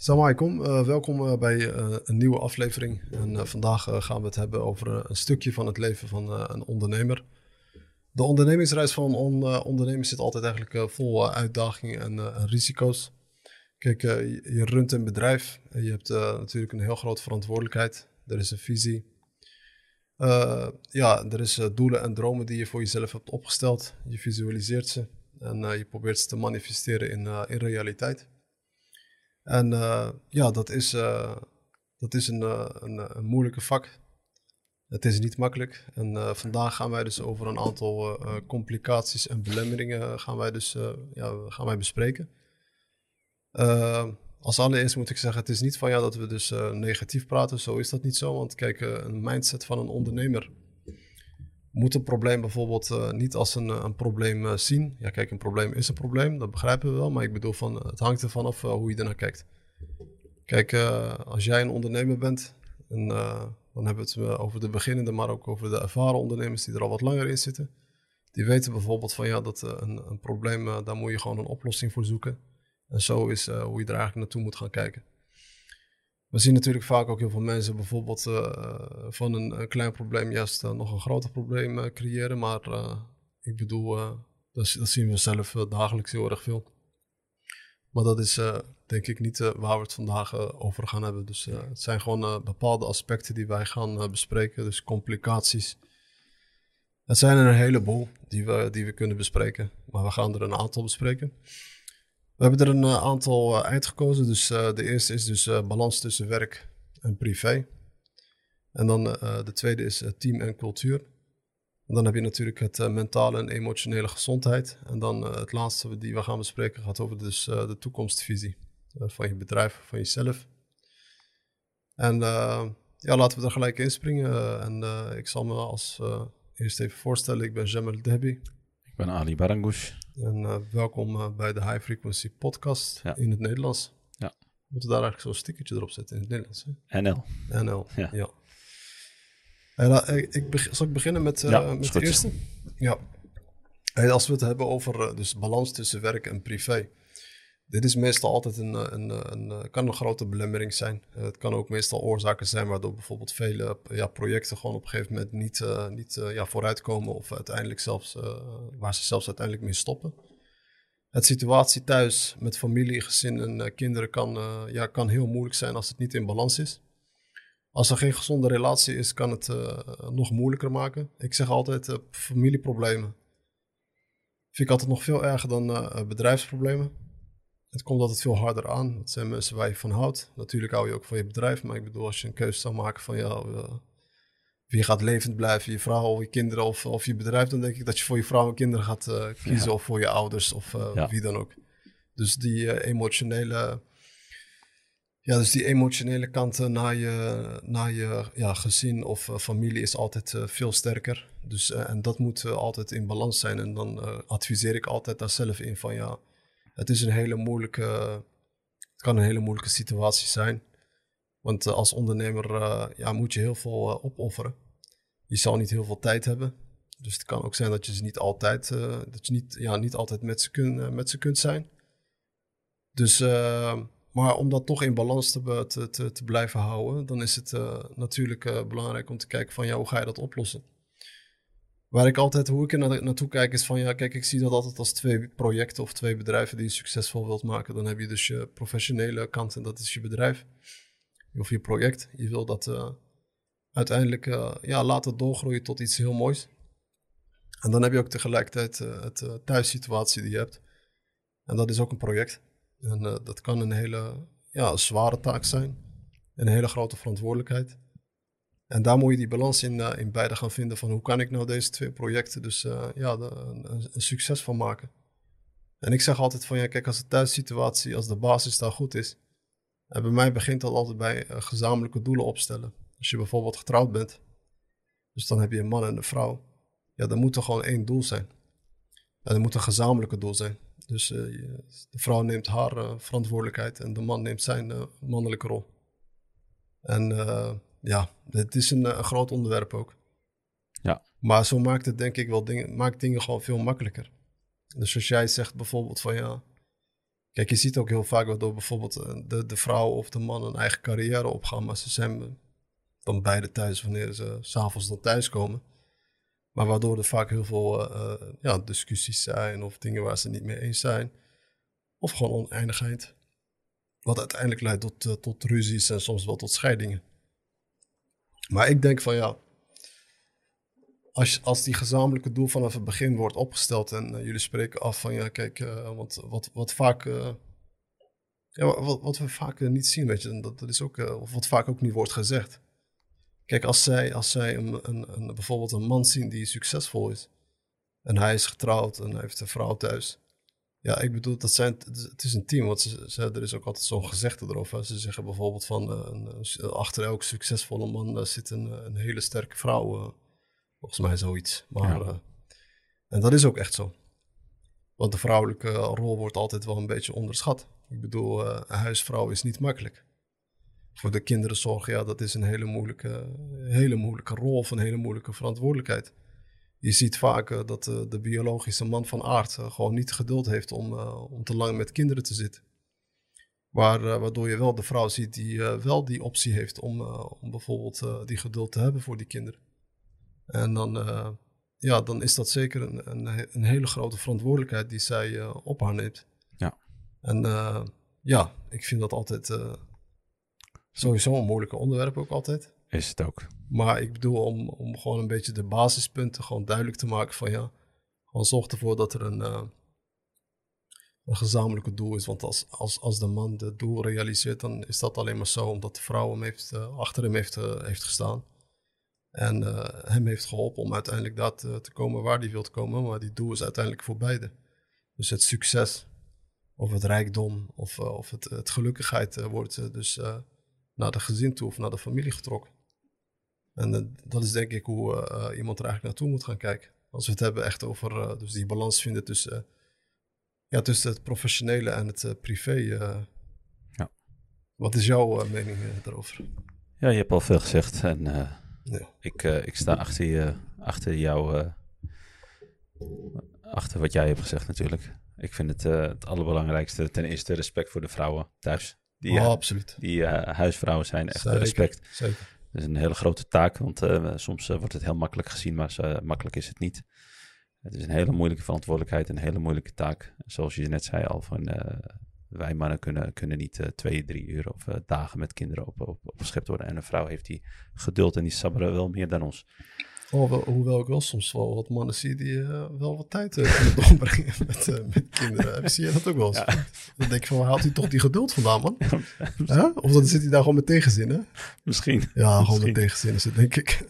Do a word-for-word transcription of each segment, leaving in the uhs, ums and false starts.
Salam alaikum, uh, welkom uh, bij uh, een nieuwe aflevering. En uh, vandaag uh, gaan we het hebben over uh, een stukje van het leven van uh, een ondernemer. De ondernemingsreis van een on, uh, ondernemer zit altijd eigenlijk uh, vol uh, uitdagingen en, uh, en risico's. Kijk, uh, je, je runt een bedrijf en je hebt uh, natuurlijk een heel grote verantwoordelijkheid. Er is een visie. Uh, ja, er is uh, doelen en dromen die je voor jezelf hebt opgesteld. Je visualiseert ze en uh, je probeert ze te manifesteren in, uh, in realiteit. En uh, ja, dat is, uh, dat is een, uh, een, een moeilijke vak. Het is niet makkelijk. En uh, vandaag gaan wij dus over een aantal uh, complicaties en belemmeringen gaan wij dus, uh, ja, gaan wij bespreken. Uh, als allereerst moet ik zeggen, het is niet van ja dat we dus uh, negatief praten. Zo is dat niet zo. Want kijk, uh, een mindset van een ondernemer moet een probleem bijvoorbeeld uh, niet als een, een probleem uh, zien. Ja, kijk, een probleem is een probleem, dat begrijpen we wel. Maar ik bedoel, van, het hangt ervan af uh, hoe je ernaar kijkt. Kijk, uh, als jij een ondernemer bent, en, uh, dan hebben we het uh, over de beginnende, maar ook over de ervaren ondernemers die er al wat langer in zitten. Die weten bijvoorbeeld van ja, dat uh, een, een probleem, uh, daar moet je gewoon een oplossing voor zoeken. En zo is uh, hoe je er eigenlijk naartoe moet gaan kijken. We zien natuurlijk vaak ook heel veel mensen bijvoorbeeld uh, van een, een klein probleem juist uh, nog een groter probleem uh, creëren. Maar uh, ik bedoel, uh, dat, dat zien we zelf uh, dagelijks heel erg veel. Maar dat is uh, denk ik niet uh, waar we het vandaag uh, over gaan hebben. Dus uh, het zijn gewoon uh, bepaalde aspecten die wij gaan uh, bespreken. Dus complicaties. Het zijn er een heleboel die we, die we kunnen bespreken. Maar we gaan er een aantal bespreken. We hebben er een uh, aantal uh, uitgekozen. Dus uh, de eerste is dus uh, balans tussen werk en privé. En dan uh, de tweede is uh, team en cultuur. En dan heb je natuurlijk het uh, mentale en emotionele gezondheid. En dan uh, het laatste die we gaan bespreken gaat over dus, uh, de toekomstvisie uh, van je bedrijf, van jezelf. En uh, ja, laten we er gelijk inspringen. Uh, en uh, ik zal me als uh, eerst even voorstellen. Ik ben Jamal Debi. Ik ben Ali Barangoush. En uh, welkom uh, bij de High Frequency Podcast ja. in het Nederlands. Ja. We moeten daar eigenlijk zo'n stickertje erop zetten in het Nederlands. Hè? N L. N L, ja. ja. En, uh, ik beg- zal ik beginnen met, uh, ja, met de eerste? Ja. En als we het hebben over uh, dus balans tussen werk en privé. Dit is meestal altijd een, een, een, een, kan een grote belemmering zijn. Uh, het kan ook meestal oorzaken zijn waardoor bijvoorbeeld vele uh, ja, projecten gewoon op een gegeven moment niet, uh, niet uh, ja, vooruitkomen. Of uiteindelijk zelfs, uh, waar ze zelfs uiteindelijk mee stoppen. Het situatie thuis met familie, gezin en uh, kinderen kan, uh, ja, kan heel moeilijk zijn als het niet in balans is. Als er geen gezonde relatie is, kan het uh, nog moeilijker maken. Ik zeg altijd, uh, familieproblemen vind ik altijd nog veel erger dan uh, bedrijfsproblemen. Het komt altijd veel harder aan. Dat zijn mensen waar je van houdt. Natuurlijk hou je ook van je bedrijf, maar ik bedoel, als je een keuze zou maken van ja, uh, wie gaat levend blijven, je vrouw of je kinderen of, of je bedrijf, dan denk ik dat je voor je vrouw en kinderen gaat uh, kiezen, ja. Of voor je ouders of uh, ja. wie dan ook. Dus die uh, emotionele... Ja, dus die emotionele kant naar je, naar je ja, gezin of uh, familie is altijd uh, veel sterker. Dus, uh, en dat moet uh, altijd in balans zijn. En dan uh, adviseer ik altijd daar zelf in van ja, het is een hele moeilijke, uh, het kan een hele moeilijke situatie zijn. Want uh, als ondernemer uh, ja, moet je heel veel uh, opofferen. Je zal niet heel veel tijd hebben. Dus het kan ook zijn dat je ze niet altijd, uh, dat je niet, ja, niet altijd met ze, kun, uh, met ze kunt zijn. Dus... Uh, Maar om dat toch in balans te, te, te, te blijven houden, dan is het uh, natuurlijk uh, belangrijk om te kijken van ja, hoe ga je dat oplossen? Waar ik altijd, hoe ik er na, naartoe kijk is van ja, kijk, ik zie dat altijd als twee projecten of twee bedrijven die je succesvol wilt maken. Dan heb je dus je professionele kant en dat is je bedrijf of je project. Je wil dat uh, uiteindelijk uh, ja, laten doorgroeien tot iets heel moois. En dan heb je ook tegelijkertijd uh, het uh, thuissituatie die je hebt. En dat is ook een project. En uh, dat kan een hele ja, zware taak zijn. Een hele grote verantwoordelijkheid. En daar moet je die balans in, uh, in beide gaan vinden. Van hoe kan ik nou deze twee projecten dus uh, ja, de, een, een succes van maken. En ik zeg altijd van ja, kijk, als de thuissituatie, als de basis daar goed is. En bij mij begint dat altijd bij uh, gezamenlijke doelen opstellen. Als je bijvoorbeeld getrouwd bent. Dus dan heb je een man en een vrouw. Ja, dan moet er gewoon één doel zijn. En er moet een gezamenlijke doel zijn. Dus uh, de vrouw neemt haar uh, verantwoordelijkheid en de man neemt zijn uh, mannelijke rol. En uh, ja, het is een, een groot onderwerp ook. Ja. Maar zo maakt het denk ik wel dingen, maakt dingen gewoon veel makkelijker. Dus als jij zegt bijvoorbeeld van ja, Kijk, je ziet ook heel vaak waardoor bijvoorbeeld de, de vrouw of de man een eigen carrière opgaan, maar ze zijn dan beide thuis wanneer ze 's avonds dan thuiskomen. Maar waardoor er vaak heel veel uh, ja, discussies zijn of dingen waar ze niet mee eens zijn. Of gewoon oneindigheid. Wat uiteindelijk leidt tot, uh, tot ruzies en soms wel tot scheidingen. Maar ik denk van ja, als, als die gezamenlijke doel vanaf het begin wordt opgesteld en uh, jullie spreken af van ja, kijk, uh, want wat, wat vaak, uh, ja, wat, wat we vaak uh, niet zien, weet je, dat, dat is ook, uh, of wat vaak ook niet wordt gezegd. Kijk, als zij, als zij een, een, een, bijvoorbeeld een man zien die succesvol is en hij is getrouwd en hij heeft een vrouw thuis. Ja, ik bedoel, dat zijn, het is een team, want ze, ze, er is ook altijd zo'n gezegde erover. Ze zeggen bijvoorbeeld van, uh, een, achter elk succesvolle man uh, zit een, een hele sterke vrouw, uh, volgens mij zoiets. Maar, ja. uh, en dat is ook echt zo. Want de vrouwelijke rol wordt altijd wel een beetje onderschat. Ik bedoel, uh, een huisvrouw is niet makkelijk. Voor de kinderen zorgen, ja, dat is een hele moeilijke, hele moeilijke rol of een hele moeilijke verantwoordelijkheid. Je ziet vaak uh, dat uh, de biologische man van aard uh, gewoon niet geduld heeft om, uh, om te lang met kinderen te zitten. Waar, uh, waardoor je wel de vrouw ziet die uh, wel die optie heeft om, uh, om bijvoorbeeld uh, die geduld te hebben voor die kinderen. En dan, uh, ja, dan is dat zeker een, een, een hele grote verantwoordelijkheid die zij uh, op haar neemt. Ja. En uh, ja, ik vind dat altijd uh, sowieso een moeilijke onderwerp ook altijd. Is het ook. Maar ik bedoel om, om gewoon een beetje de basispunten gewoon duidelijk te maken van ja, gewoon zorg ervoor dat er een, uh, een gezamenlijke doel is. Want als, als, als de man het doel realiseert, dan is dat alleen maar zo omdat de vrouw hem heeft, uh, achter hem heeft, uh, heeft gestaan. En uh, hem heeft geholpen om uiteindelijk daar te, te komen waar hij wil komen. Maar die doel is uiteindelijk voor beide. Dus het succes of het rijkdom of, uh, of het, het gelukkigheid uh, wordt uh, dus uh, naar de gezin toe of naar de familie getrokken. En uh, dat is denk ik hoe uh, iemand er eigenlijk naartoe moet gaan kijken. Als we het hebben echt over uh, dus die balans vinden tussen, uh, ja, tussen het professionele en het uh, privé. Uh. Ja. Wat is jouw uh, mening uh, daarover? Ja, je hebt al veel gezegd en uh, ja. ik, uh, ik sta achter, je, achter jou, uh, achter wat jij hebt gezegd natuurlijk. Ik vind het uh, het allerbelangrijkste ten eerste respect voor de vrouwen thuis. Die, oh, uh, absoluut. Die uh, huisvrouwen zijn echt zeker, respect. Zeker. Dat is een hele grote taak, want uh, soms uh, wordt het heel makkelijk gezien, maar uh, makkelijk is het niet. Het is een hele moeilijke verantwoordelijkheid, een hele moeilijke taak. Zoals je net zei al, van, uh, wij mannen kunnen, kunnen niet uh, twee, drie uur of uh, dagen met kinderen op, op, opgeschept worden. En een vrouw heeft die geduld en die sabberen wel meer dan ons. Oh, wel, hoewel ik wel soms wel wat mannen zie die uh, wel wat tijd uh, kunnen doorbrengen met, uh, met kinderen. Zie je dat ook wel eens? Ja. Dan denk ik van, waar haalt hij toch die geduld vandaan, man? Ja, huh? Of dan zit hij daar gewoon met tegenzin, hè? Misschien. Ja, gewoon Misschien. met tegenzin is het, denk ik.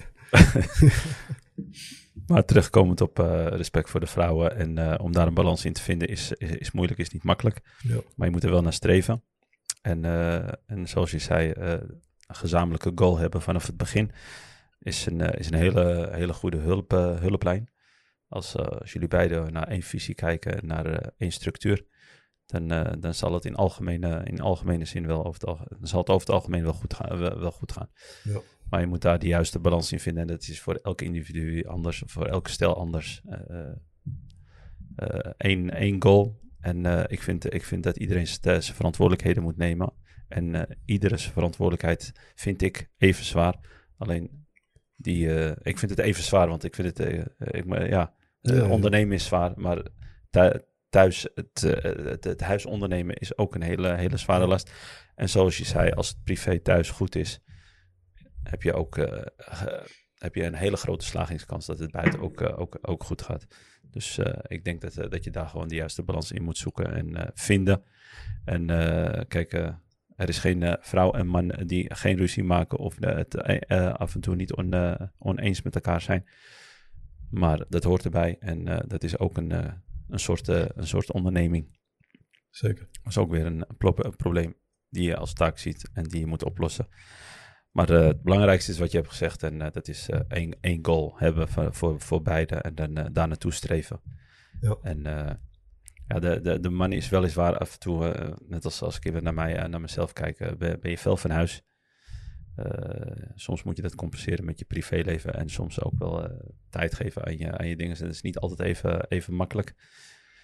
Maar terugkomend op uh, respect voor de vrouwen en uh, om daar een balans in te vinden is, is, is moeilijk, is niet makkelijk. Ja. Maar je moet er wel naar streven. En, uh, en zoals je zei, uh, een gezamenlijke goal hebben vanaf het begin is een, uh, is een hele, hele goede hulp, uh, hulplijn. Als, uh, als jullie beiden naar één visie kijken, naar uh, één structuur, dan, uh, dan zal het in algemene, in algemene zin wel over het, dan zal het over het algemeen wel goed gaan. Wel, wel goed gaan. Ja. Maar je moet daar de juiste balans in vinden. En dat is voor elk individu anders, voor elke stel anders. Uh, uh, één, één goal. En uh, ik, vind, ik vind dat iedereen zijn verantwoordelijkheden moet nemen. En uh, iedere verantwoordelijkheid vind ik even zwaar. Alleen die, uh, ik vind het even zwaar, want ik vind het, uh, ik, ja, ja, ja, ondernemen is zwaar. Maar thuis, het, het, het huis ondernemen is ook een hele, hele zware last. En zoals je zei, als het privé thuis goed is, heb je ook uh, uh, heb je een hele grote slagingskans dat het buiten ook, uh, ook, ook goed gaat. Dus uh, ik denk dat, uh, dat je daar gewoon de juiste balans in moet zoeken en uh, vinden. En uh, kijk, uh, er is geen uh, vrouw en man die geen ruzie maken of uh, het uh, af en toe niet on, uh, oneens met elkaar zijn. Maar dat hoort erbij en uh, dat is ook een, uh, een, soort, uh, een soort onderneming. Zeker. Dat is ook weer een, een, pro- een probleem die je als taak ziet en die je moet oplossen. Maar uh, het belangrijkste is wat je hebt gezegd en uh, dat is uh, één, één goal hebben voor, voor, voor beide en dan uh, daar naartoe streven. Ja. En uh, ja, de, de, de man is weliswaar af en toe, uh, net als als ik even naar, mij, uh, naar mezelf kijk, uh, ben, ben je fel van huis. Uh, soms moet je dat compenseren met je privéleven en soms ook wel uh, tijd geven aan je, aan je dingen. En dat is niet altijd even, even makkelijk.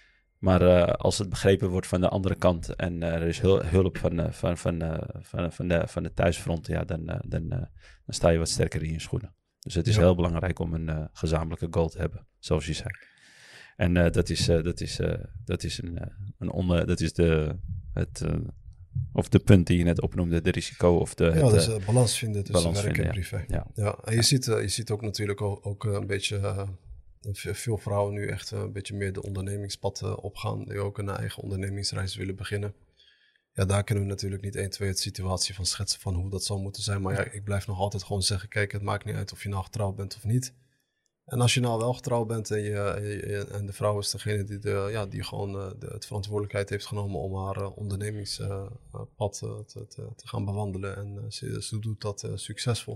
Maar uh, als het begrepen wordt van de andere kant en uh, er is hul- hulp van, uh, van, van, uh, van, van, de, van de thuisfront, ja, dan, uh, dan, uh, dan sta je wat sterker in je schoenen. Dus het is ja. heel belangrijk om een uh, gezamenlijke goal te hebben, zoals je zei. En uh, dat is, uh, dat is, uh, dat is, een, uh, een onder, dat is de, het, uh, of de punt die je net opnoemde, de risico of de... Ja, het, dus uh, balans vinden tussen balans werk vinden, en privé. Ja. Ja. Ja, en je, ziet, uh, je ziet ook natuurlijk ook, ook uh, een beetje... Uh, veel vrouwen nu echt uh, een beetje meer de ondernemingspad uh, opgaan. Die ook een eigen ondernemingsreis willen beginnen. Ja, daar kunnen we natuurlijk niet één, twee het situatie van schetsen van hoe dat zou moeten zijn. Maar ja, ik blijf nog altijd gewoon zeggen, kijk, het maakt niet uit of je nou getrouwd bent of niet. En als je nou wel getrouwd bent en, je, je, en de vrouw is degene die, de, ja, die gewoon uh, de, de verantwoordelijkheid heeft genomen om haar uh, ondernemingspad uh, te, te, te gaan bewandelen. En uh, ze, ze doet dat uh, succesvol.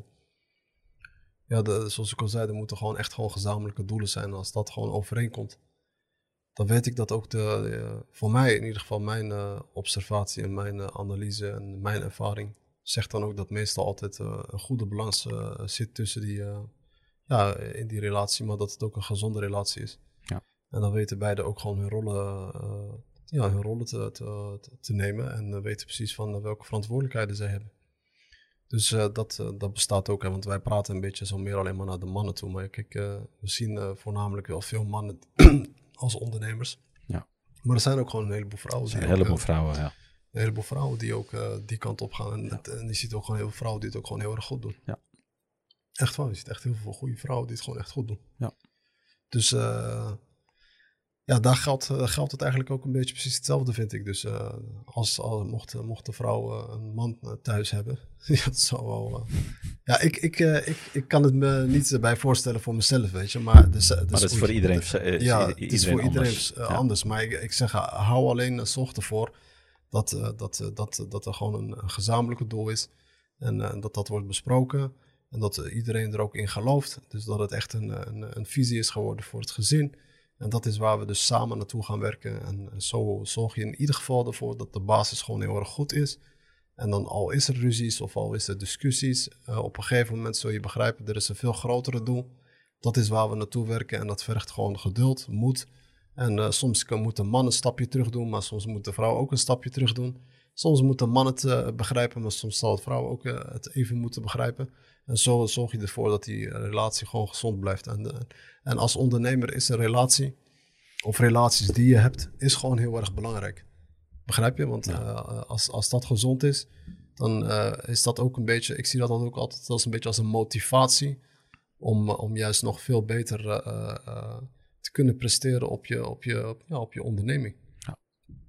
Ja, de, zoals ik al zei, er moeten gewoon echt gewoon gezamenlijke doelen zijn. Als dat gewoon overeenkomt, dan weet ik dat ook de, uh, voor mij in ieder geval mijn uh, observatie en mijn uh, analyse en mijn ervaring zegt dan ook dat meestal altijd uh, een goede balans uh, zit tussen die, uh, ja, in die relatie, maar dat het ook een gezonde relatie is. Ja. En dan weten beiden ook gewoon hun rollen, uh, ja, hun rollen te, te, te nemen en uh, weten precies van uh, welke verantwoordelijkheden zij hebben. Dus uh, dat, uh, dat bestaat ook, hè, want wij praten een beetje zo meer alleen maar naar de mannen toe. Maar kijk, uh, we zien uh, voornamelijk wel veel mannen als ondernemers. Ja. Maar er zijn ook gewoon een heleboel vrouwen. Er zijn een heleboel ook, uh, vrouwen, ja. Een heleboel vrouwen die ook uh, die kant op gaan. En, ja. het, en je ziet ook gewoon heel veel vrouwen die het ook gewoon heel erg goed doen. Ja. Echt waar, je ziet echt heel veel goede vrouwen die het gewoon echt goed doen. Ja. Dus uh, ja, daar geldt, uh, geldt het eigenlijk ook een beetje precies hetzelfde, vind ik. Dus uh, als, als mocht, mocht de vrouw uh, een man uh, thuis hebben, ja, dat zou wel... Uh, ja, ik, ik, uh, ik, ik kan het me niet bij voorstellen voor mezelf, weet je. Maar, dus, dus maar dat is voor iedereen, uh, ja, iedereen het is voor iedereen anders. Uh, ja. anders. Maar ik, ik zeg, hou alleen, uh, zorg ervoor dat, uh, dat, uh, dat, uh, dat er gewoon een, een gezamenlijke doel is. En uh, dat dat wordt besproken. En dat uh, iedereen er ook in gelooft. Dus dat het echt een, een, een visie is geworden voor het gezin. En dat is waar we dus samen naartoe gaan werken. En, en zo zorg je in ieder geval ervoor dat de basis gewoon heel erg goed is. En dan al is er ruzies of al is er discussies, uh, op een gegeven moment zul je begrijpen, er is een veel grotere doel. Dat is waar we naartoe werken en dat vergt gewoon geduld, moed. En uh, soms kan, moet de man een stapje terug doen, maar soms moet de vrouw ook een stapje terug doen. Soms moet de man het uh, begrijpen, maar soms zal de vrouw ook uh, het even moeten begrijpen. En zo zorg je ervoor dat die relatie gewoon gezond blijft. En, uh, en als ondernemer is een relatie, of relaties die je hebt, is gewoon heel erg belangrijk. Begrijp je? Want ja. uh, als, als dat gezond is, dan uh, is dat ook een beetje... Ik zie dat ook altijd als een beetje als een motivatie om, om juist nog veel beter uh, uh, te kunnen presteren op je, op je, op, ja, op je onderneming. Ja.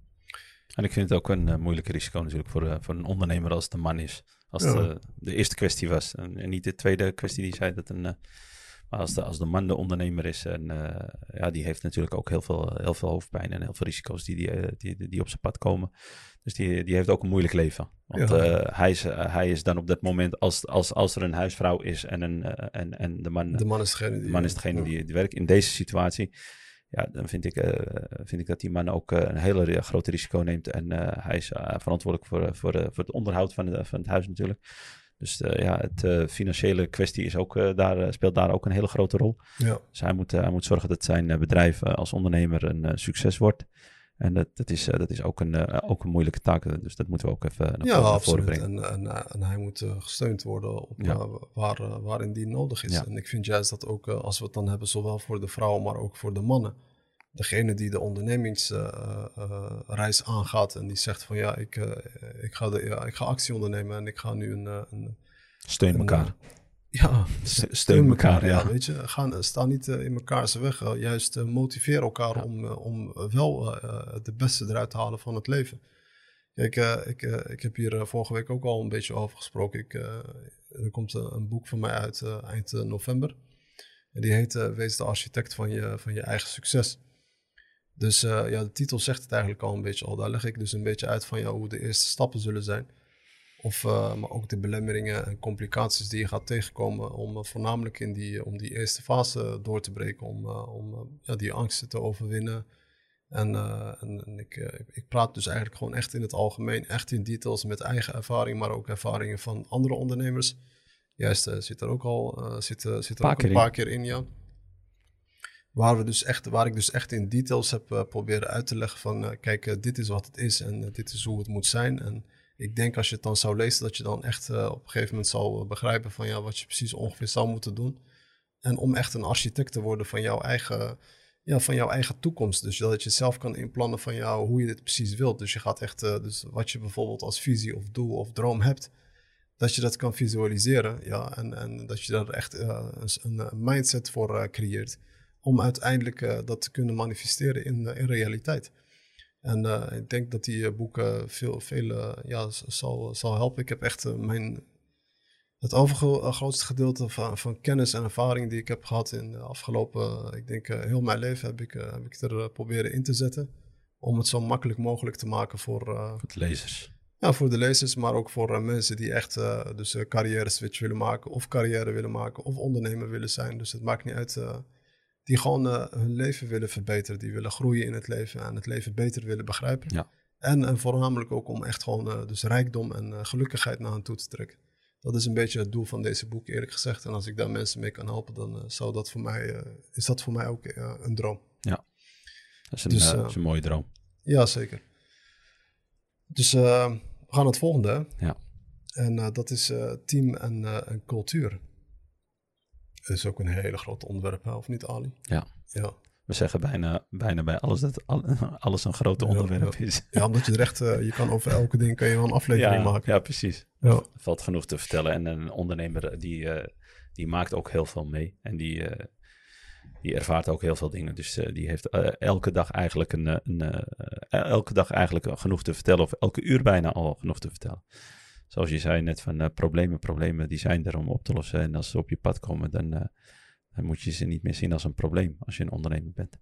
En ik vind het ook een uh, moeilijk risico natuurlijk voor, uh, voor een ondernemer als het een man is. Als ja. de, de eerste kwestie was. En, en niet de tweede kwestie die zei dat een... Uh, Maar als de, als de man de ondernemer is, en uh, ja, die heeft natuurlijk ook heel veel, heel veel hoofdpijn en heel veel risico's die, die, die, die op zijn pad komen. Dus die, die heeft ook een moeilijk leven. Want ja. uh, hij, is, uh, hij is dan op dat moment, als, als, als er een huisvrouw is en, een, uh, en, en de man, de man is degene die, de man is degene ja. die, die werkt in deze situatie, ja, dan vind ik, uh, vind ik dat die man ook uh, een hele uh, grote risico neemt. En uh, hij is uh, verantwoordelijk voor, voor, uh, voor het onderhoud van, de, van het huis natuurlijk. Dus uh, ja, het uh, financiële kwestie is ook, uh, daar, uh, speelt daar ook een hele grote rol. Ja. Dus hij moet, uh, hij moet zorgen dat zijn uh, bedrijf uh, als ondernemer een uh, succes wordt. En dat, dat, is, uh, dat is ook een, uh, ook een moeilijke taak. Dus dat moeten we ook even naar, ja, naar voren brengen. En, en, en hij moet uh, gesteund worden op, ja. uh, waar, uh, waarin die nodig is. Ja. En ik vind juist dat ook, uh, als we het dan hebben, zowel voor de vrouwen, maar ook voor de mannen. Degene die de ondernemingsreis uh, uh, aangaat en die zegt van ja, ik, uh, ik, ga, de, ja, ik ga actie ondernemen en ik ga nu een... een steun een, elkaar. Ja, steun, steun elkaar, ja. ja. Weet je, Gaan, sta niet uh, in mekaars weg. Uh, juist uh, motiveer elkaar ja. om, uh, om wel uh, de beste eruit te halen van het leven. Kijk, uh, ik, uh, ik heb hier uh, vorige week ook al een beetje over gesproken. Ik, uh, er komt uh, een boek van mij uit uh, eind uh, november. En die heet uh, Wees de architect van je, van je eigen succes. Dus uh, ja, de titel zegt het eigenlijk al een beetje al. Daar leg ik dus een beetje uit van ja, hoe de eerste stappen zullen zijn. Of, uh, maar ook de belemmeringen en complicaties die je gaat tegenkomen om uh, voornamelijk in die, om die eerste fase door te breken. Om, uh, om uh, ja, die angsten te overwinnen. En, uh, en, en ik, uh, ik praat dus eigenlijk gewoon echt in het algemeen, echt in details met eigen ervaring, maar ook ervaringen van andere ondernemers. Juist, uh, zit er ook al uh, zit, uh, zit er ook een paar keer in, ja. Waar, we dus echt, waar ik dus echt in details heb uh, proberen uit te leggen van... Uh, kijk, uh, dit is wat het is en uh, dit is hoe het moet zijn. En ik denk als je het dan zou lezen, dat je dan echt uh, op een gegeven moment zal uh, begrijpen van... ja, wat je precies ongeveer zou moeten doen. En om echt een architect te worden van jouw eigen, ja, van jouw eigen toekomst. Dus dat je zelf kan inplannen van jou hoe je dit precies wilt. Dus je gaat echt, uh, dus wat je bijvoorbeeld als visie of doel of droom hebt... dat je dat kan visualiseren, ja, en, en dat je daar echt uh, een, een mindset voor uh, creëert... om uiteindelijk uh, dat te kunnen manifesteren in, uh, in realiteit. En uh, ik denk dat die uh, boeken veel, veel uh, ja, zal, zal helpen. Ik heb echt uh, mijn... Het overgrootste gedeelte van, van kennis en ervaring die ik heb gehad in de afgelopen... Uh, ik denk uh, heel mijn leven heb ik, uh, heb ik er uh, proberen in te zetten... om het zo makkelijk mogelijk te maken voor... Uh, voor de lezers. Ja, voor de lezers, maar ook voor uh, mensen die echt uh, dus uh, carrière switch willen maken... of carrière willen maken of ondernemer willen zijn. Dus het maakt niet uit... Uh, die gewoon uh, hun leven willen verbeteren. Die willen groeien in het leven en het leven beter willen begrijpen. Ja. En, en voornamelijk ook om echt gewoon uh, dus rijkdom en uh, gelukkigheid naar hen toe te trekken. Dat is een beetje het doel van deze boek, eerlijk gezegd. En als ik daar mensen mee kan helpen, dan uh, zou dat voor mij, uh, is dat voor mij ook uh, een droom. Ja, dat is een, dus, uh, uh, dat is een mooie droom. Ja, zeker. Dus uh, we gaan naar het volgende. Hè? Ja. En uh, dat is uh, team en, uh, en cultuur. Dat is ook een hele groot onderwerp, hè? Of niet, Ali? Ja. Ja. We zeggen bijna, bijna bij alles dat alles een groot onderwerp ja, ja. is. Ja, omdat je er echt, uh, je kan over elke ding kan je wel een aflevering ja, maken. Ja, precies. Ja. Er valt genoeg te vertellen. En een ondernemer die, uh, die maakt ook heel veel mee. En die, uh, die ervaart ook heel veel dingen. Dus uh, die heeft uh, elke dag eigenlijk een, een uh, elke dag eigenlijk genoeg te vertellen. Of elke uur bijna al genoeg te vertellen. Zoals je zei net van uh, problemen, problemen die zijn er om op te lossen. En als ze op je pad komen, dan, uh, dan moet je ze niet meer zien als een probleem als je een ondernemer bent.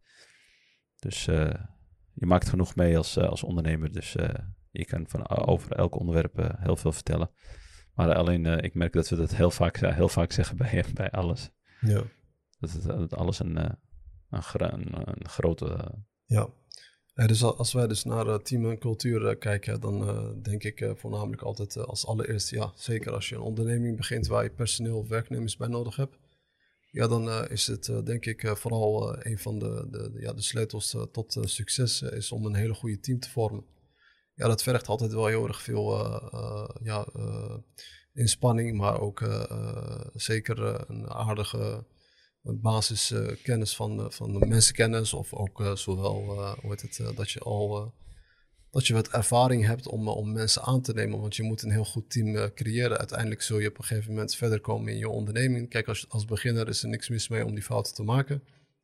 Dus uh, je maakt genoeg mee als, uh, als ondernemer. Dus uh, je kan van, uh, over elk onderwerp uh, heel veel vertellen. Maar alleen, uh, ik merk dat we dat heel vaak, uh, heel vaak zeggen bij, bij alles. Ja. Dat, het, dat alles een, uh, een, gra- een, een grote... Uh, ja. Ja, dus als wij dus naar uh, team en cultuur uh, kijken, dan uh, denk ik uh, voornamelijk altijd uh, als allereerste, ja, zeker als je een onderneming begint waar je personeel of werknemers bij nodig hebt, ja, dan uh, is het uh, denk ik uh, vooral uh, een van de, de, de, ja, de sleutels uh, tot uh, succes uh, is om een hele goede team te vormen. Ja, dat vergt altijd wel heel erg veel uh, uh, ja, uh, inspanning, maar ook uh, uh, zeker uh, een aardige basiskennis uh, van, uh, van de mensenkennis of ook uh, zowel uh, hoe heet het, uh, dat je al uh, dat je wat ervaring hebt om, uh, om mensen aan te nemen, want je moet een heel goed team uh, creëren. Uiteindelijk zul je op een gegeven moment verder komen in je onderneming. Kijk, als, als beginner is er niks mis mee om die fouten te maken.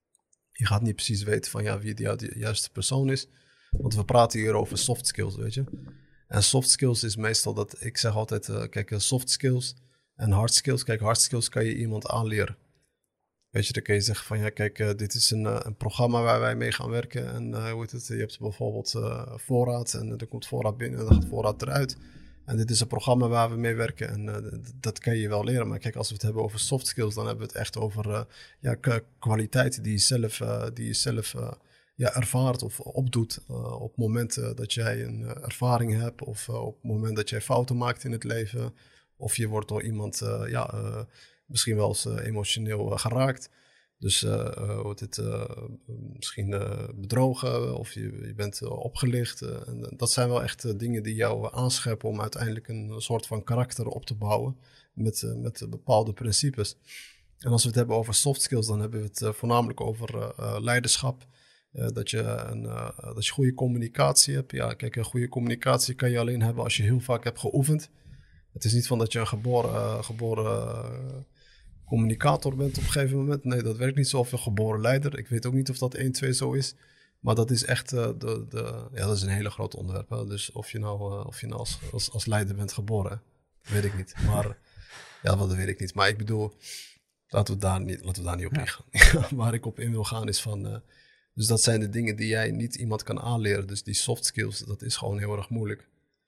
Je gaat niet precies weten van ja, wie de, de juiste persoon is, want we praten hier over soft skills, weet je. En soft skills is meestal dat, ik zeg altijd, uh, kijk, uh, soft skills en hard skills. Kijk, hard skills kan je iemand aanleren. Weet je, dan kun je zeggen van ja, kijk, uh, dit is een, uh, een programma waar wij mee gaan werken. En uh, hoe heet het? Je hebt bijvoorbeeld uh, voorraad en uh, er komt voorraad binnen en dan gaat voorraad eruit. En dit is een programma waar we mee werken en uh, d- dat kan je wel leren. Maar kijk, als we het hebben over soft skills, dan hebben we het echt over uh, ja, k- kwaliteiten die je zelf, uh, die je zelf uh, ja, ervaart of opdoet. Uh, op het moment uh, dat jij een uh, ervaring hebt of uh, op het moment dat jij fouten maakt in het leven. Of je wordt door iemand uh, ja, uh, misschien wel eens uh, emotioneel uh, geraakt. Dus uh, uh, wordt het uh, misschien uh, bedrogen of je, je bent uh, opgelicht. Uh, en dat zijn wel echt uh, dingen die jou uh, aanscherpen om uiteindelijk een soort van karakter op te bouwen met, uh, met uh, bepaalde principes. En als we het hebben over soft skills, dan hebben we het uh, voornamelijk over uh, uh, leiderschap. Uh, dat, je een, uh, dat je goede communicatie hebt. Ja, kijk, een goede communicatie kan je alleen hebben als je heel vaak hebt geoefend. Het is niet van dat je een geboren, uh, geboren uh, communicator bent op een gegeven moment. Nee, dat werkt niet zo. Of een geboren leider. Ik weet ook niet of dat één, twee zo is. Maar dat is echt uh, de, de, ja, dat is een hele groot onderwerp. Hè? Dus of je nou, uh, of je nou als, als, als leider bent geboren, weet ik niet. Maar ja, dat weet ik niet. Maar ik bedoel, laten we daar niet, laten we daar niet op ingaan. Waar ik op in wil gaan is van... Uh, dus dat zijn de dingen die jij niet iemand kan aanleren. Dus die soft skills, dat is gewoon heel erg moeilijk.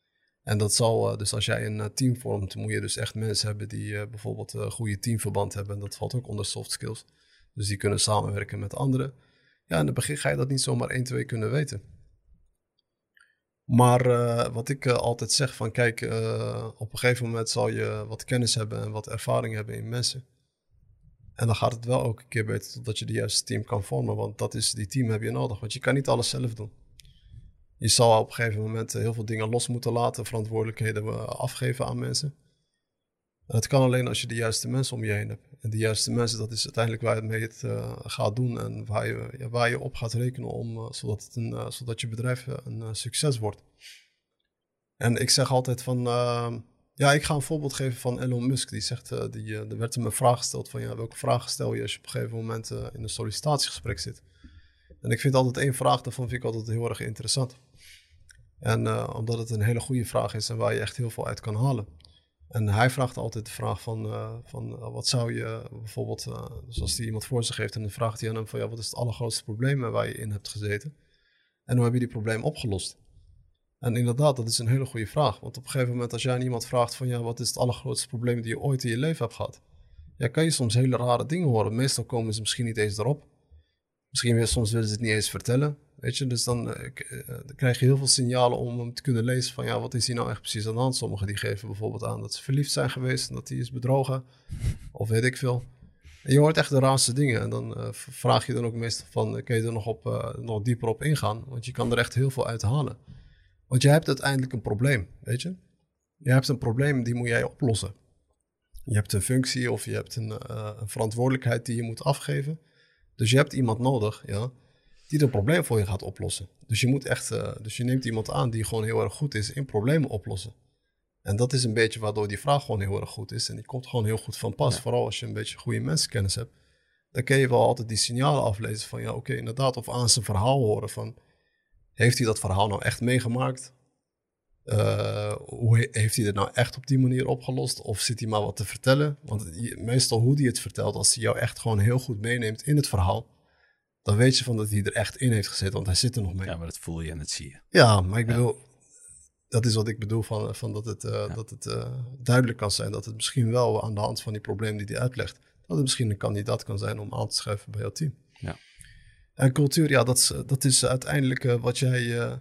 En dat zal, dus als jij een team vormt, moet je dus echt mensen hebben die uh, bijvoorbeeld een goede teamverband hebben. En dat valt ook onder soft skills. Dus die kunnen samenwerken met anderen. Ja, in het begin ga je dat niet zomaar één, twee kunnen weten. Maar uh, wat ik uh, altijd zeg van kijk, uh, op een gegeven moment zal je wat kennis hebben en wat ervaring hebben in mensen. En dan gaat het wel ook een keer beter totdat je de juiste team kan vormen. Want dat is, die team heb je nodig. Want je kan niet alles zelf doen. Je zal op een gegeven moment heel veel dingen los moeten laten. Verantwoordelijkheden afgeven aan mensen. En dat kan alleen als je de juiste mensen om je heen hebt. En de juiste mensen, dat is uiteindelijk waar je het mee het, uh, gaat doen. En waar je, ja, waar je op gaat rekenen om, uh, zodat, het een, uh, zodat je bedrijf een uh, succes wordt. En ik zeg altijd van... Uh, ja, ik ga een voorbeeld geven van Elon Musk. Die zegt, uh, die, uh, er werd hem een vraag gesteld van... Ja, welke vragen stel je als je op een gegeven moment uh, in een sollicitatiegesprek zit? En ik vind altijd één vraag daarvan vind ik altijd heel erg interessant. En uh, omdat het een hele goede vraag is en waar je echt heel veel uit kan halen. En hij vraagt altijd de vraag van, uh, van uh, wat zou je bijvoorbeeld, uh, dus als hij iemand voor zich heeft en dan vraagt hij aan hem van ja, wat is het allergrootste probleem waar je in hebt gezeten? En hoe heb je die probleem opgelost? En inderdaad, dat is een hele goede vraag. Want op een gegeven moment als jij aan iemand vraagt van ja, wat is het allergrootste probleem die je ooit in je leven hebt gehad? Ja, kan je soms hele rare dingen horen. Meestal komen ze misschien niet eens erop. Misschien weer, soms willen ze het niet eens vertellen. Weet je, dus dan, uh, k- uh, dan krijg je heel veel signalen om hem te kunnen lezen van ja, wat is hier nou echt precies aan de hand? Sommigen die geven bijvoorbeeld aan dat ze verliefd zijn geweest en dat hij is bedrogen. Of weet ik veel. En je hoort echt de raarste dingen. En dan uh, vraag je dan ook meestal van, uh, kun je er nog, op, uh, nog dieper op ingaan? Want je kan er echt heel veel uit halen. Want je hebt uiteindelijk een probleem, weet je. Je hebt een probleem, die moet jij oplossen. Je hebt een functie of je hebt een, uh, een verantwoordelijkheid die je moet afgeven. Dus je hebt iemand nodig, ja, die een probleem voor je gaat oplossen. Dus je moet echt, uh, dus je neemt iemand aan die gewoon heel erg goed is in problemen oplossen. En dat is een beetje waardoor die vraag gewoon heel erg goed is. En die komt gewoon heel goed van pas. Ja. Vooral als je een beetje goede mensenkennis hebt. Dan kun je wel altijd die signalen aflezen van ja, oké, okay, inderdaad. Of aan zijn verhaal horen van, heeft hij dat verhaal nou echt meegemaakt? Uh, hoe he- heeft hij het nou echt op die manier opgelost? Of zit hij maar wat te vertellen? Want je, meestal hoe hij het vertelt, als hij jou echt gewoon heel goed meeneemt in het verhaal, dan weet je van dat hij er echt in heeft gezeten, want hij zit er nog mee. Ja, maar dat voel je en dat zie je. Ja, maar ik bedoel, ja. dat is wat ik bedoel van, van dat het, uh, ja. dat het uh, duidelijk kan zijn dat het misschien wel aan de hand van die problemen die hij uitlegt, dat het misschien een kandidaat kan zijn om aan te schuiven bij jouw team. Ja. En cultuur, ja, dat is, dat is uiteindelijk uh, wat jij... Uh,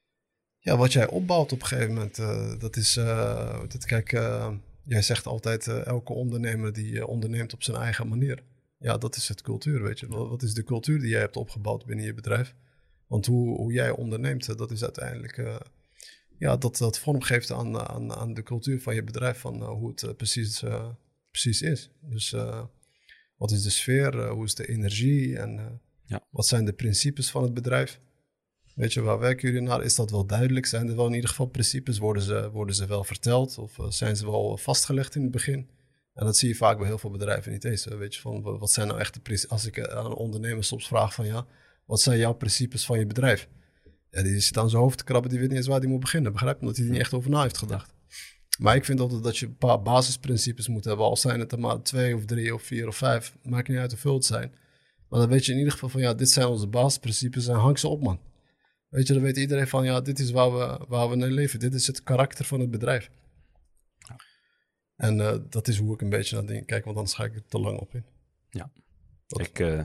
Ja, wat jij opbouwt op een gegeven moment, uh, dat is, uh, dat, kijk, uh, jij zegt altijd, uh, elke ondernemer die uh, onderneemt op zijn eigen manier. Ja, dat is het cultuur, weet je. Wat, wat is de cultuur die jij hebt opgebouwd binnen je bedrijf? Want hoe, hoe jij onderneemt, uh, dat is uiteindelijk, uh, ja, dat, dat vormgeeft aan, aan, aan de cultuur van je bedrijf, van uh, hoe het uh, precies, uh, precies is. Dus uh, wat is de sfeer, uh, hoe is de energie en uh, ja. wat zijn de principes van het bedrijf? Weet je, waar werken jullie naar? Is dat wel duidelijk? Zijn er wel in ieder geval principes? Worden ze, worden ze wel verteld? Of uh, zijn ze wel vastgelegd in het begin? En dat zie je vaak bij heel veel bedrijven niet eens. Weet je, van wat zijn nou echt de principes? Als ik aan ondernemers soms vraag van ja, wat zijn jouw principes van je bedrijf? Ja, die zit aan zijn hoofd te krabben, die weet niet eens waar die moet beginnen. Begrijp je? Omdat hij er niet echt over na heeft gedacht. Maar ik vind altijd dat je een paar basisprincipes moet hebben. Al zijn het er maar twee of drie of vier of vijf. Maakt niet uit hoeveel het zijn. Maar dan weet je in ieder geval van ja, dit zijn onze basisprincipes en hang ze op, man. Weet je, dan weet iedereen van, ja, dit is waar we, waar we naar leven. Dit is het karakter van het bedrijf. Ja. En uh, dat is hoe ik een beetje naar dingen kijk, want anders ga ik er te lang op in. Ja, ik, uh,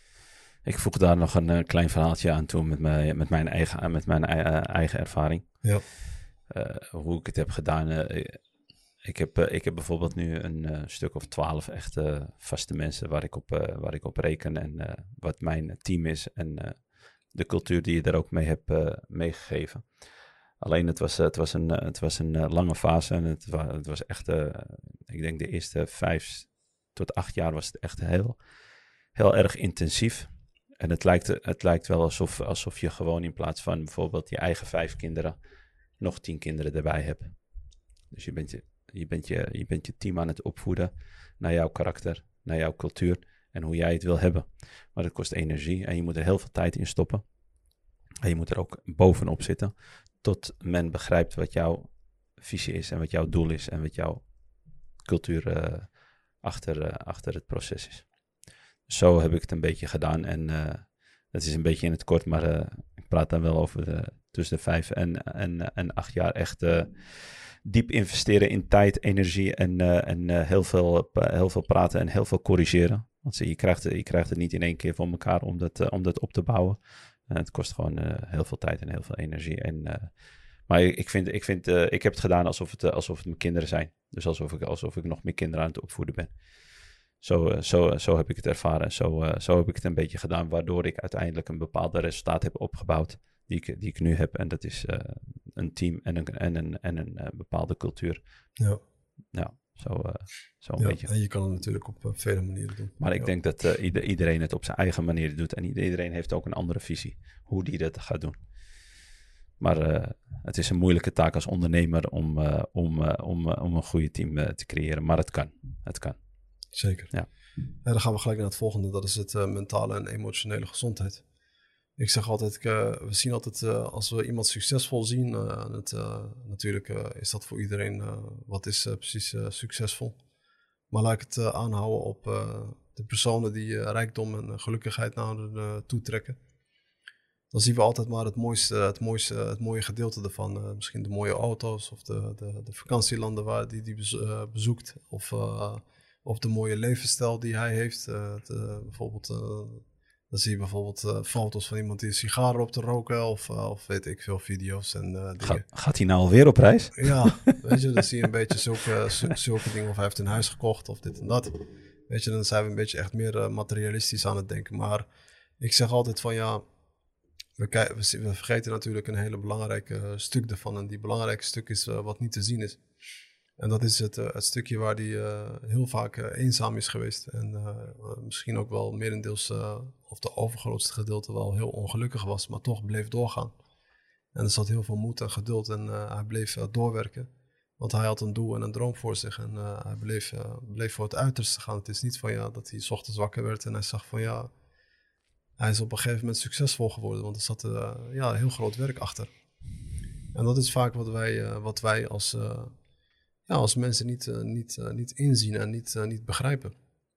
ik voeg daar nog een uh, klein verhaaltje aan toe met, my, met mijn, eigen, met mijn uh, eigen ervaring. Ja. Uh, hoe ik het heb gedaan. Uh, ik, heb, uh, ik heb bijvoorbeeld nu een uh, stuk of twaalf echte vaste mensen waar ik op, uh, waar ik op reken en uh, wat mijn team is en... Uh, de cultuur die je daar ook mee hebt uh, meegegeven. Alleen het was, het was een, het was een uh, lange fase en het, wa- het was echt, uh, ik denk de eerste vijf tot acht jaar was het echt heel, heel erg intensief. En het lijkt, het lijkt wel alsof, alsof je gewoon in plaats van bijvoorbeeld je eigen vijf kinderen, nog tien kinderen erbij hebt. Dus je bent je, je, bent je, je bent je team aan het opvoeden naar jouw karakter, naar jouw cultuur. En hoe jij het wil hebben. Maar dat kost energie en je moet er heel veel tijd in stoppen. En je moet er ook bovenop zitten. Tot men begrijpt wat jouw visie is en wat jouw doel is. En wat jouw cultuur uh, achter, uh, achter het proces is. Zo heb ik het een beetje gedaan. En uh, dat is een beetje in het kort. Maar uh, ik praat dan wel over de, tussen de vijf en, en, en acht jaar echt... Uh, diep investeren in tijd, energie en, uh, en uh, heel, veel, uh, heel veel praten en heel veel corrigeren. Want je krijgt, je krijgt het niet in één keer voor elkaar om dat, uh, om dat op te bouwen. Uh, het kost gewoon uh, heel veel tijd en heel veel energie. En, uh, maar ik, vind, ik, vind, uh, ik heb het gedaan alsof het, uh, alsof het mijn kinderen zijn. Dus alsof ik, alsof ik nog meer kinderen aan het opvoeden ben. Zo, uh, zo, uh, zo heb ik het ervaren. Zo, uh, zo heb ik het een beetje gedaan, waardoor ik uiteindelijk een bepaalde resultaat heb opgebouwd die ik, die ik nu heb. En dat is uh, een team en een, en een, en een uh, bepaalde cultuur. Ja. Ja, zo, uh, zo een ja, beetje. En je kan het natuurlijk op uh, vele manieren doen. Maar ik ja. denk dat uh, ieder, iedereen het op zijn eigen manier doet. En iedereen heeft ook een andere visie hoe die dat gaat doen. Maar uh, het is een moeilijke taak als ondernemer om, uh, om, uh, om, uh, om een goede team uh, te creëren. Maar het kan. Het kan. Zeker. Ja. En dan gaan we gelijk naar het volgende. Dat is het uh, mentale en emotionele gezondheid. Ik zeg altijd, uh, we zien altijd uh, als we iemand succesvol zien. Uh, het, uh, natuurlijk uh, is dat voor iedereen, uh, wat is uh, precies uh, succesvol. Maar laat ik het uh, aanhouden op uh, de personen die uh, rijkdom en uh, gelukkigheid naar uh, toe trekken. Dan zien we altijd maar het mooiste, het mooiste, het mooie gedeelte ervan. Uh, misschien de mooie auto's of de, de, de vakantielanden waar die, die bezo- uh, bezoekt. Of, uh, of de mooie levensstijl die hij heeft. Uh, de, bijvoorbeeld, uh, dan zie je bijvoorbeeld uh, foto's van iemand die een sigaar op te roken. Of, uh, of weet ik veel, video's en uh, dingen. Ga, gaat hij nou alweer op reis? Ja, weet je, dan zie je een beetje zulke, zulke dingen. Of hij heeft een huis gekocht of dit en dat. Weet je, dan zijn we een beetje echt meer uh, materialistisch aan het denken. Maar ik zeg altijd van ja... We, kijk, we, we vergeten natuurlijk een hele belangrijke uh, stuk ervan. En die belangrijke stuk is uh, wat niet te zien is. En dat is het, uh, het stukje waar die uh, heel vaak uh, eenzaam is geweest. En uh, misschien ook wel merendeels, uh, of de overgrootste gedeelte wel heel ongelukkig was. Maar toch bleef doorgaan. En er zat heel veel moed en geduld. En uh, hij bleef uh, doorwerken. Want hij had een doel en een droom voor zich. En uh, hij bleef, uh, bleef voor het uiterste gaan. Het is niet van ja, dat hij 's ochtends wakker werd en hij zag van ja... Hij is op een gegeven moment succesvol geworden, want er zat uh, ja, heel groot werk achter. En dat is vaak wat wij, uh, wat wij als, uh, ja, als mensen niet, uh, niet, uh, niet inzien en niet, uh, niet begrijpen.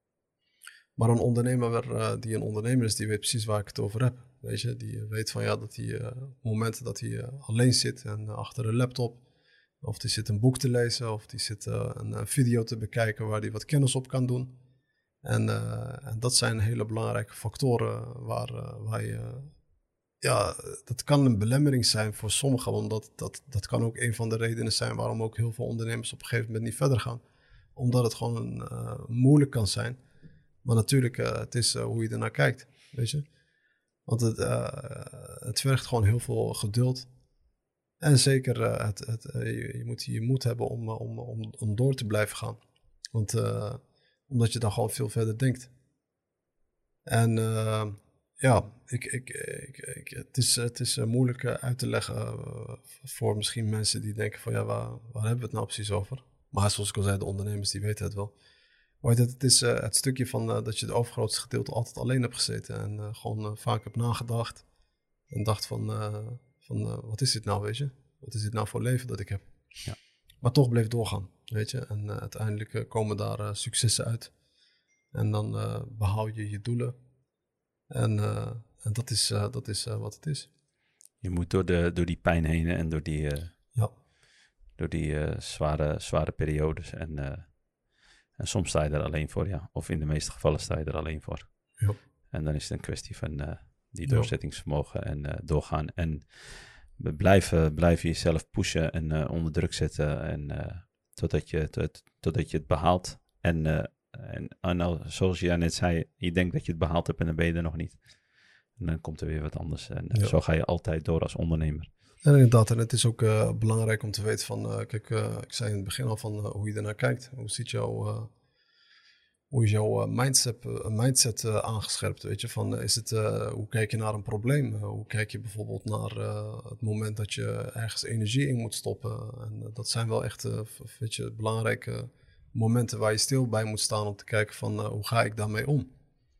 Maar een ondernemer uh, die een ondernemer is, die weet precies waar ik het over heb. Weet je, die weet van ja, dat hij uh, momenten dat hij uh, alleen zit en uh, achter een laptop. Of die zit een boek te lezen, of die zit uh, een, een video te bekijken waar hij wat kennis op kan doen. En, uh, en dat zijn hele belangrijke factoren waar, uh, waar je... Ja, dat kan een belemmering zijn voor sommigen. Want dat, dat kan ook een van de redenen zijn waarom ook heel veel ondernemers op een gegeven moment niet verder gaan. Omdat het gewoon uh, moeilijk kan zijn. Maar natuurlijk, uh, het is uh, hoe je ernaar kijkt, weet je. Want het, uh, het vergt gewoon heel veel geduld. En zeker, uh, het, het, uh, je, je moet je moed hebben om, om, om, om door te blijven gaan. Want... Uh, omdat je dan gewoon veel verder denkt. En uh, ja, ik, ik, ik, ik, het is, het is uh, moeilijk uh, uit te leggen uh, voor misschien mensen die denken van ja, waar, waar hebben we het nou precies over? Maar zoals ik al zei, de ondernemers die weten het wel. Maar het, het is uh, het stukje van uh, dat je het overgrootste gedeelte altijd alleen hebt gezeten. En uh, gewoon uh, vaak hebt nagedacht. En dacht van, uh, van uh, wat is dit nou, weet je? Wat is dit nou voor leven dat ik heb? Ja. Maar toch bleef doorgaan, weet je. En uh, uiteindelijk uh, komen daar uh, successen uit. En dan uh, behaal je je doelen. En, uh, en dat is, uh, dat is uh, wat het is. Je moet door, de, door die pijn heen en door die, uh, ja. door die uh, zware, zware periodes. En, uh, en soms sta je er alleen voor, ja. Of in de meeste gevallen sta je er alleen voor. Ja. En dan is het een kwestie van uh, die doorzettingsvermogen en uh, doorgaan. En blijven, blijven jezelf pushen en uh, onder druk zetten. En, uh, totdat, je, tot, totdat je het behaalt. En, uh, en, en nou, zoals jij net zei, je denkt dat je het behaald hebt en dan ben je er nog niet. En dan komt er weer wat anders. En uh, ja. Zo ga je altijd door als ondernemer. En inderdaad, en het is ook uh, belangrijk om te weten van... Uh, kijk, uh, ik zei in het begin al van uh, hoe je ernaar kijkt. Hoe ziet jouw... Uh, Hoe is jouw uh, mindset, uh, mindset uh, aangescherpt? Weet je, van, uh, is het, uh, hoe kijk je naar een probleem? Uh, hoe kijk je bijvoorbeeld naar uh, het moment dat je ergens energie in moet stoppen? En uh, dat zijn wel echt uh, weet je, belangrijke momenten waar je stil bij moet staan om te kijken van uh, hoe ga ik daarmee om?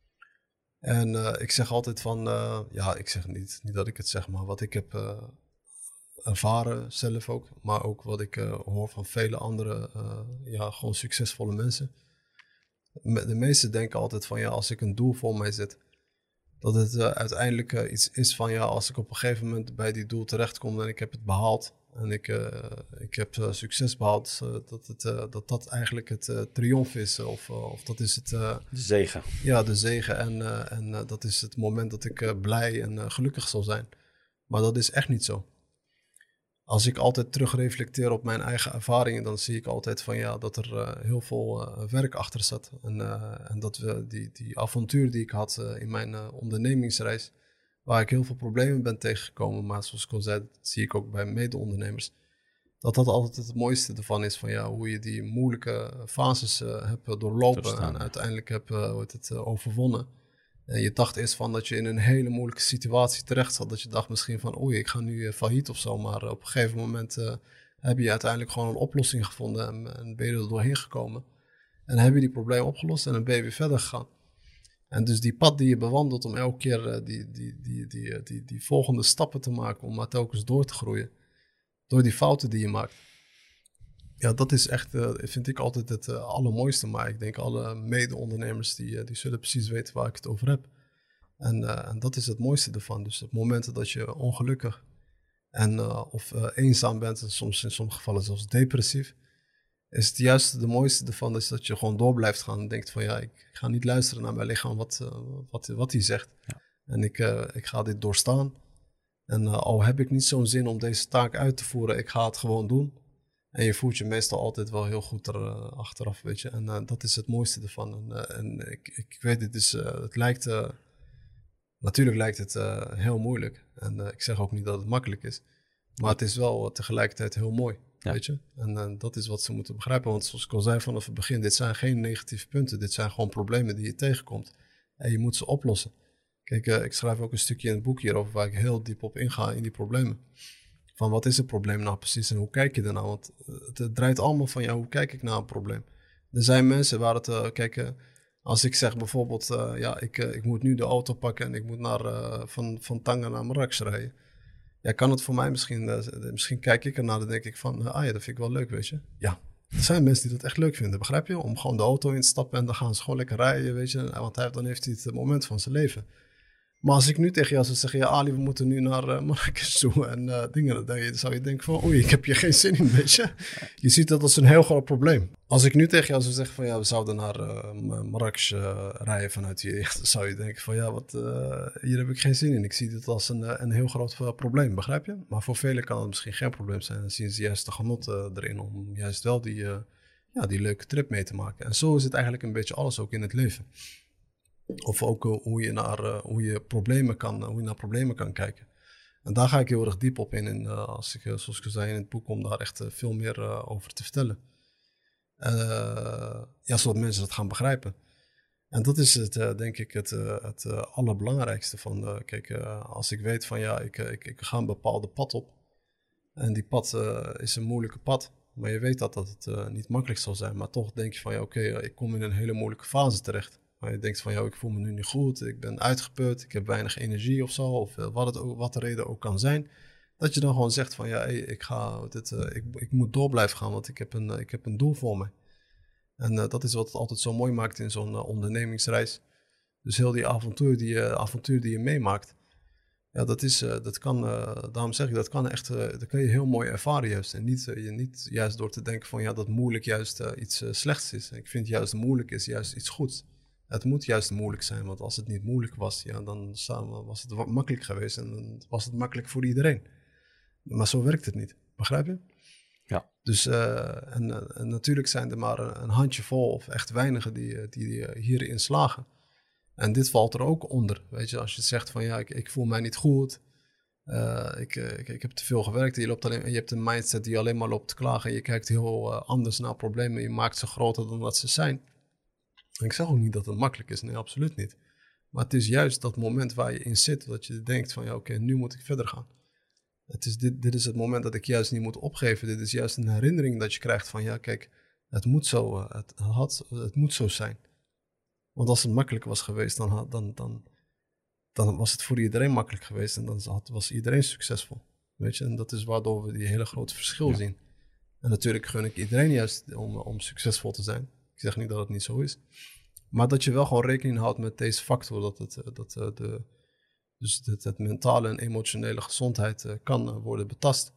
En uh, ik zeg altijd van, uh, ja, ik zeg niet, niet dat ik het zeg, maar wat ik heb uh, ervaren zelf ook, maar ook wat ik uh, hoor van vele andere, uh, ja, gewoon succesvolle mensen. De meesten denken altijd van ja, als ik een doel voor mij zet, dat het uh, uiteindelijk uh, iets is van ja, als ik op een gegeven moment bij die doel terechtkom en ik heb het behaald en ik, uh, ik heb uh, succes behaald, uh, dat, het, uh, dat dat eigenlijk het uh, triomf is of, uh, of dat is het... Uh, de zegen. Ja, de zegen en, uh, en uh, dat is het moment dat ik uh, blij en uh, gelukkig zal zijn. Maar dat is echt niet zo. als ik altijd terugreflecteer op mijn eigen ervaringen, dan zie ik altijd van ja, dat er uh, heel veel uh, werk achter zat. En, uh, en dat we die, die avontuur die ik had uh, in mijn uh, ondernemingsreis, waar ik heel veel problemen ben tegengekomen, maar zoals ik al zei, dat zie ik ook bij mede-ondernemers, dat dat altijd het mooiste ervan is, van ja, hoe je die moeilijke fases uh, hebt doorlopen Verstaan. en uiteindelijk hebt uh, wordt het, uh, overwonnen. En je dacht eerst van dat je in een hele moeilijke situatie terecht zat. Dat je dacht misschien van oei, ik ga nu uh, failliet of zo. Maar op een gegeven moment uh, heb je uiteindelijk gewoon een oplossing gevonden en, en ben je er doorheen gekomen. En dan heb je die probleem opgelost en dan ben je weer verder gegaan. En dus die pad die je bewandelt om elke keer uh, die, die, die, die, die, die, die volgende stappen te maken, om maar telkens door te groeien. Door die fouten die je maakt. Ja, dat is echt, uh, vind ik altijd het uh, allermooiste. Maar ik denk alle mede-ondernemers die, uh, die zullen precies weten waar ik het over heb. En, uh, en dat is het mooiste ervan. Dus op momenten dat je ongelukkig en, uh, of uh, eenzaam bent, en soms in sommige gevallen zelfs depressief, is het juist de mooiste ervan is dat je gewoon door blijft gaan en denkt van ja, ik ga niet luisteren naar mijn lichaam wat, uh, wat, wat hij zegt. Ja. En ik, uh, ik ga dit doorstaan. En uh, al heb ik niet zo'n zin om deze taak uit te voeren, ik ga het gewoon doen. En je voelt je meestal altijd wel heel goed er uh, achteraf, weet je. En uh, dat is het mooiste ervan. En, uh, en ik, ik weet, het, is, uh, het lijkt... Uh, natuurlijk lijkt het uh, heel moeilijk. En uh, ik zeg ook niet dat het makkelijk is. Maar het is wel uh, tegelijkertijd heel mooi, ja. weet je. En uh, dat is wat ze moeten begrijpen. Want zoals ik al zei vanaf het begin, dit zijn geen negatieve punten. Dit zijn gewoon problemen die je tegenkomt. En je moet ze oplossen. Kijk, uh, ik schrijf ook een stukje in het boek hierover waar ik heel diep op inga in die problemen. Van wat is het probleem nou precies en hoe kijk je ernaar? Want het, het draait allemaal van, ja, hoe kijk ik naar een probleem? Er zijn mensen waar het, uh, kijk, uh, als ik zeg bijvoorbeeld, uh, ja, ik, uh, ik moet nu de auto pakken en ik moet naar, uh, van, van Tanga naar Marrakesh rijden. Ja, kan het voor mij misschien, uh, misschien kijk ik ernaar en denk ik van, uh, ah ja, dat vind ik wel leuk, weet je. Ja, er zijn mensen die dat echt leuk vinden, begrijp je? Om gewoon de auto in te stappen en dan gaan ze gewoon lekker rijden, weet je. Want hij, dan heeft hij het moment van zijn leven. Maar als ik nu tegen jou zou zeggen, ja Ali, we moeten nu naar uh, Marrakesh toe en uh, dingen, dan zou je denken van, oei, ik heb hier geen zin in, weet je. Je ziet dat als een heel groot probleem. Als ik nu tegen jou zou zeggen van, ja, we zouden naar uh, Marrakesh uh, rijden vanuit hier, dan zou je denken van, ja, wat, uh, hier heb ik geen zin in. Ik zie dit als een, uh, een heel groot uh, probleem, begrijp je? Maar voor velen kan het misschien geen probleem zijn. Dan zien ze juist de genot uh, erin om juist wel die, uh, ja, die leuke trip mee te maken. En zo is het eigenlijk een beetje alles ook in het leven. Of ook uh, hoe, je naar, uh, hoe, je problemen kan, uh, hoe je naar problemen kan kijken. En daar ga ik heel erg diep op in. En uh, als ik, uh, zoals ik zei in het boek, om daar echt uh, veel meer uh, over te vertellen. Uh, ja, zodat mensen dat gaan begrijpen. En dat is het, uh, denk ik het, uh, het uh, allerbelangrijkste van. Uh, kijk, uh, als ik weet van ja, ik, uh, ik, ik ga een bepaalde pad op. En die pad uh, is een moeilijke pad. Maar je weet dat, dat het uh, niet makkelijk zal zijn. Maar toch denk je van ja, oké, okay, uh, ik kom in een hele moeilijke fase terecht. Maar je denkt van, ja, ik voel me nu niet goed, ik ben uitgeput, ik heb weinig energie of zo, of wat, het ook, wat de reden ook kan zijn. Dat je dan gewoon zegt van, ja, hey, ik, ga dit, uh, ik, ik moet door blijven gaan, want ik heb een, uh, ik heb een doel voor mij. En uh, dat is wat het altijd zo mooi maakt in zo'n uh, ondernemingsreis. Dus heel die avontuur die, uh, avontuur die je meemaakt, ja, dat is, uh, dat kan, uh, daarom zeg ik, dat kan echt, uh, dat kan je heel mooi ervaren juist. En niet, uh, je, niet juist door te denken van, ja, dat moeilijk juist uh, iets uh, slechts is. Ik vind juist moeilijk is juist iets goeds. Het moet juist moeilijk zijn, want als het niet moeilijk was, ja, dan was het makkelijk geweest en dan was het makkelijk voor iedereen. Maar zo werkt het niet, begrijp je? Ja. Dus uh, en, uh, en natuurlijk zijn er maar een, een handjevol of echt weinigen die, die hierin slagen. En dit valt er ook onder, weet je, als je zegt van ja, ik, ik voel mij niet goed, uh, ik, ik, ik heb te veel gewerkt, je, loopt alleen, je hebt een mindset die alleen maar loopt te klagen, je kijkt heel uh, anders naar problemen, je maakt ze groter dan dat ze zijn. Ik zeg ook niet dat het makkelijk is, nee, absoluut niet. Maar het is juist dat moment waar je in zit, dat je denkt van ja, oké, okay, nu moet ik verder gaan. Het is dit, dit is het moment dat ik juist niet moet opgeven. Dit is juist een herinnering dat je krijgt van ja, kijk, het moet zo, het, had, het moet zo zijn. Want als het makkelijk was geweest, dan, dan, dan, dan was het voor iedereen makkelijk geweest en dan had, was iedereen succesvol. Weet je, en dat is waardoor we die hele grote verschil ja. zien. En natuurlijk gun ik iedereen juist om, om succesvol te zijn. Ik zeg niet dat het niet zo is. Maar dat je wel gewoon rekening houdt met deze factor. Dat het, dat de, dus dat het mentale en emotionele gezondheid kan worden betast.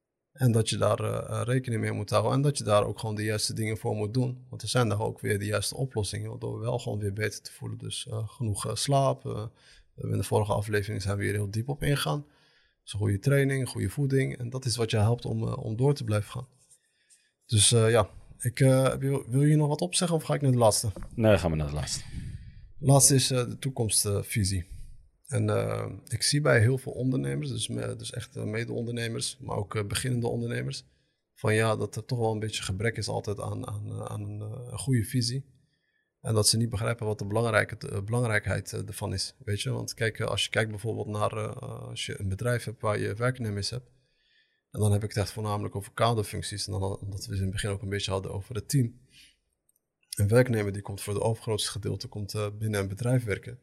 En dat je daar uh, rekening mee moet houden. En dat je daar ook gewoon de juiste dingen voor moet doen. Want er zijn daar ook weer de juiste oplossingen. Waardoor we wel gewoon weer beter te voelen. Dus uh, genoeg uh, slaap. Uh, in de vorige aflevering zijn we hier heel diep op ingegaan. Dus goede training, goede voeding. En dat is wat je helpt om, uh, om door te blijven gaan. Dus uh, ja, ik, uh, wil, wil je nog wat opzeggen of ga ik naar de laatste? Nee, gaan we naar de laatste. De laatste is uh, de toekomstvisie. Uh, en uh, ik zie bij heel veel ondernemers, dus, me, dus echt uh, mede-ondernemers, maar ook uh, beginnende ondernemers, van ja, dat er toch wel een beetje gebrek is altijd aan, aan, aan een, uh, een goede visie. En dat ze niet begrijpen wat de belangrijke, de belangrijkheid uh, ervan is. Weet je, want kijk, uh, als je kijkt bijvoorbeeld naar uh, als je een bedrijf hebt waar je werknemers hebt. En dan heb ik het echt voornamelijk over kaderfuncties. En dan omdat we in het begin ook een beetje hadden over het team. Een werknemer die komt voor het overgrootste gedeelte komt, uh, binnen een bedrijf werken.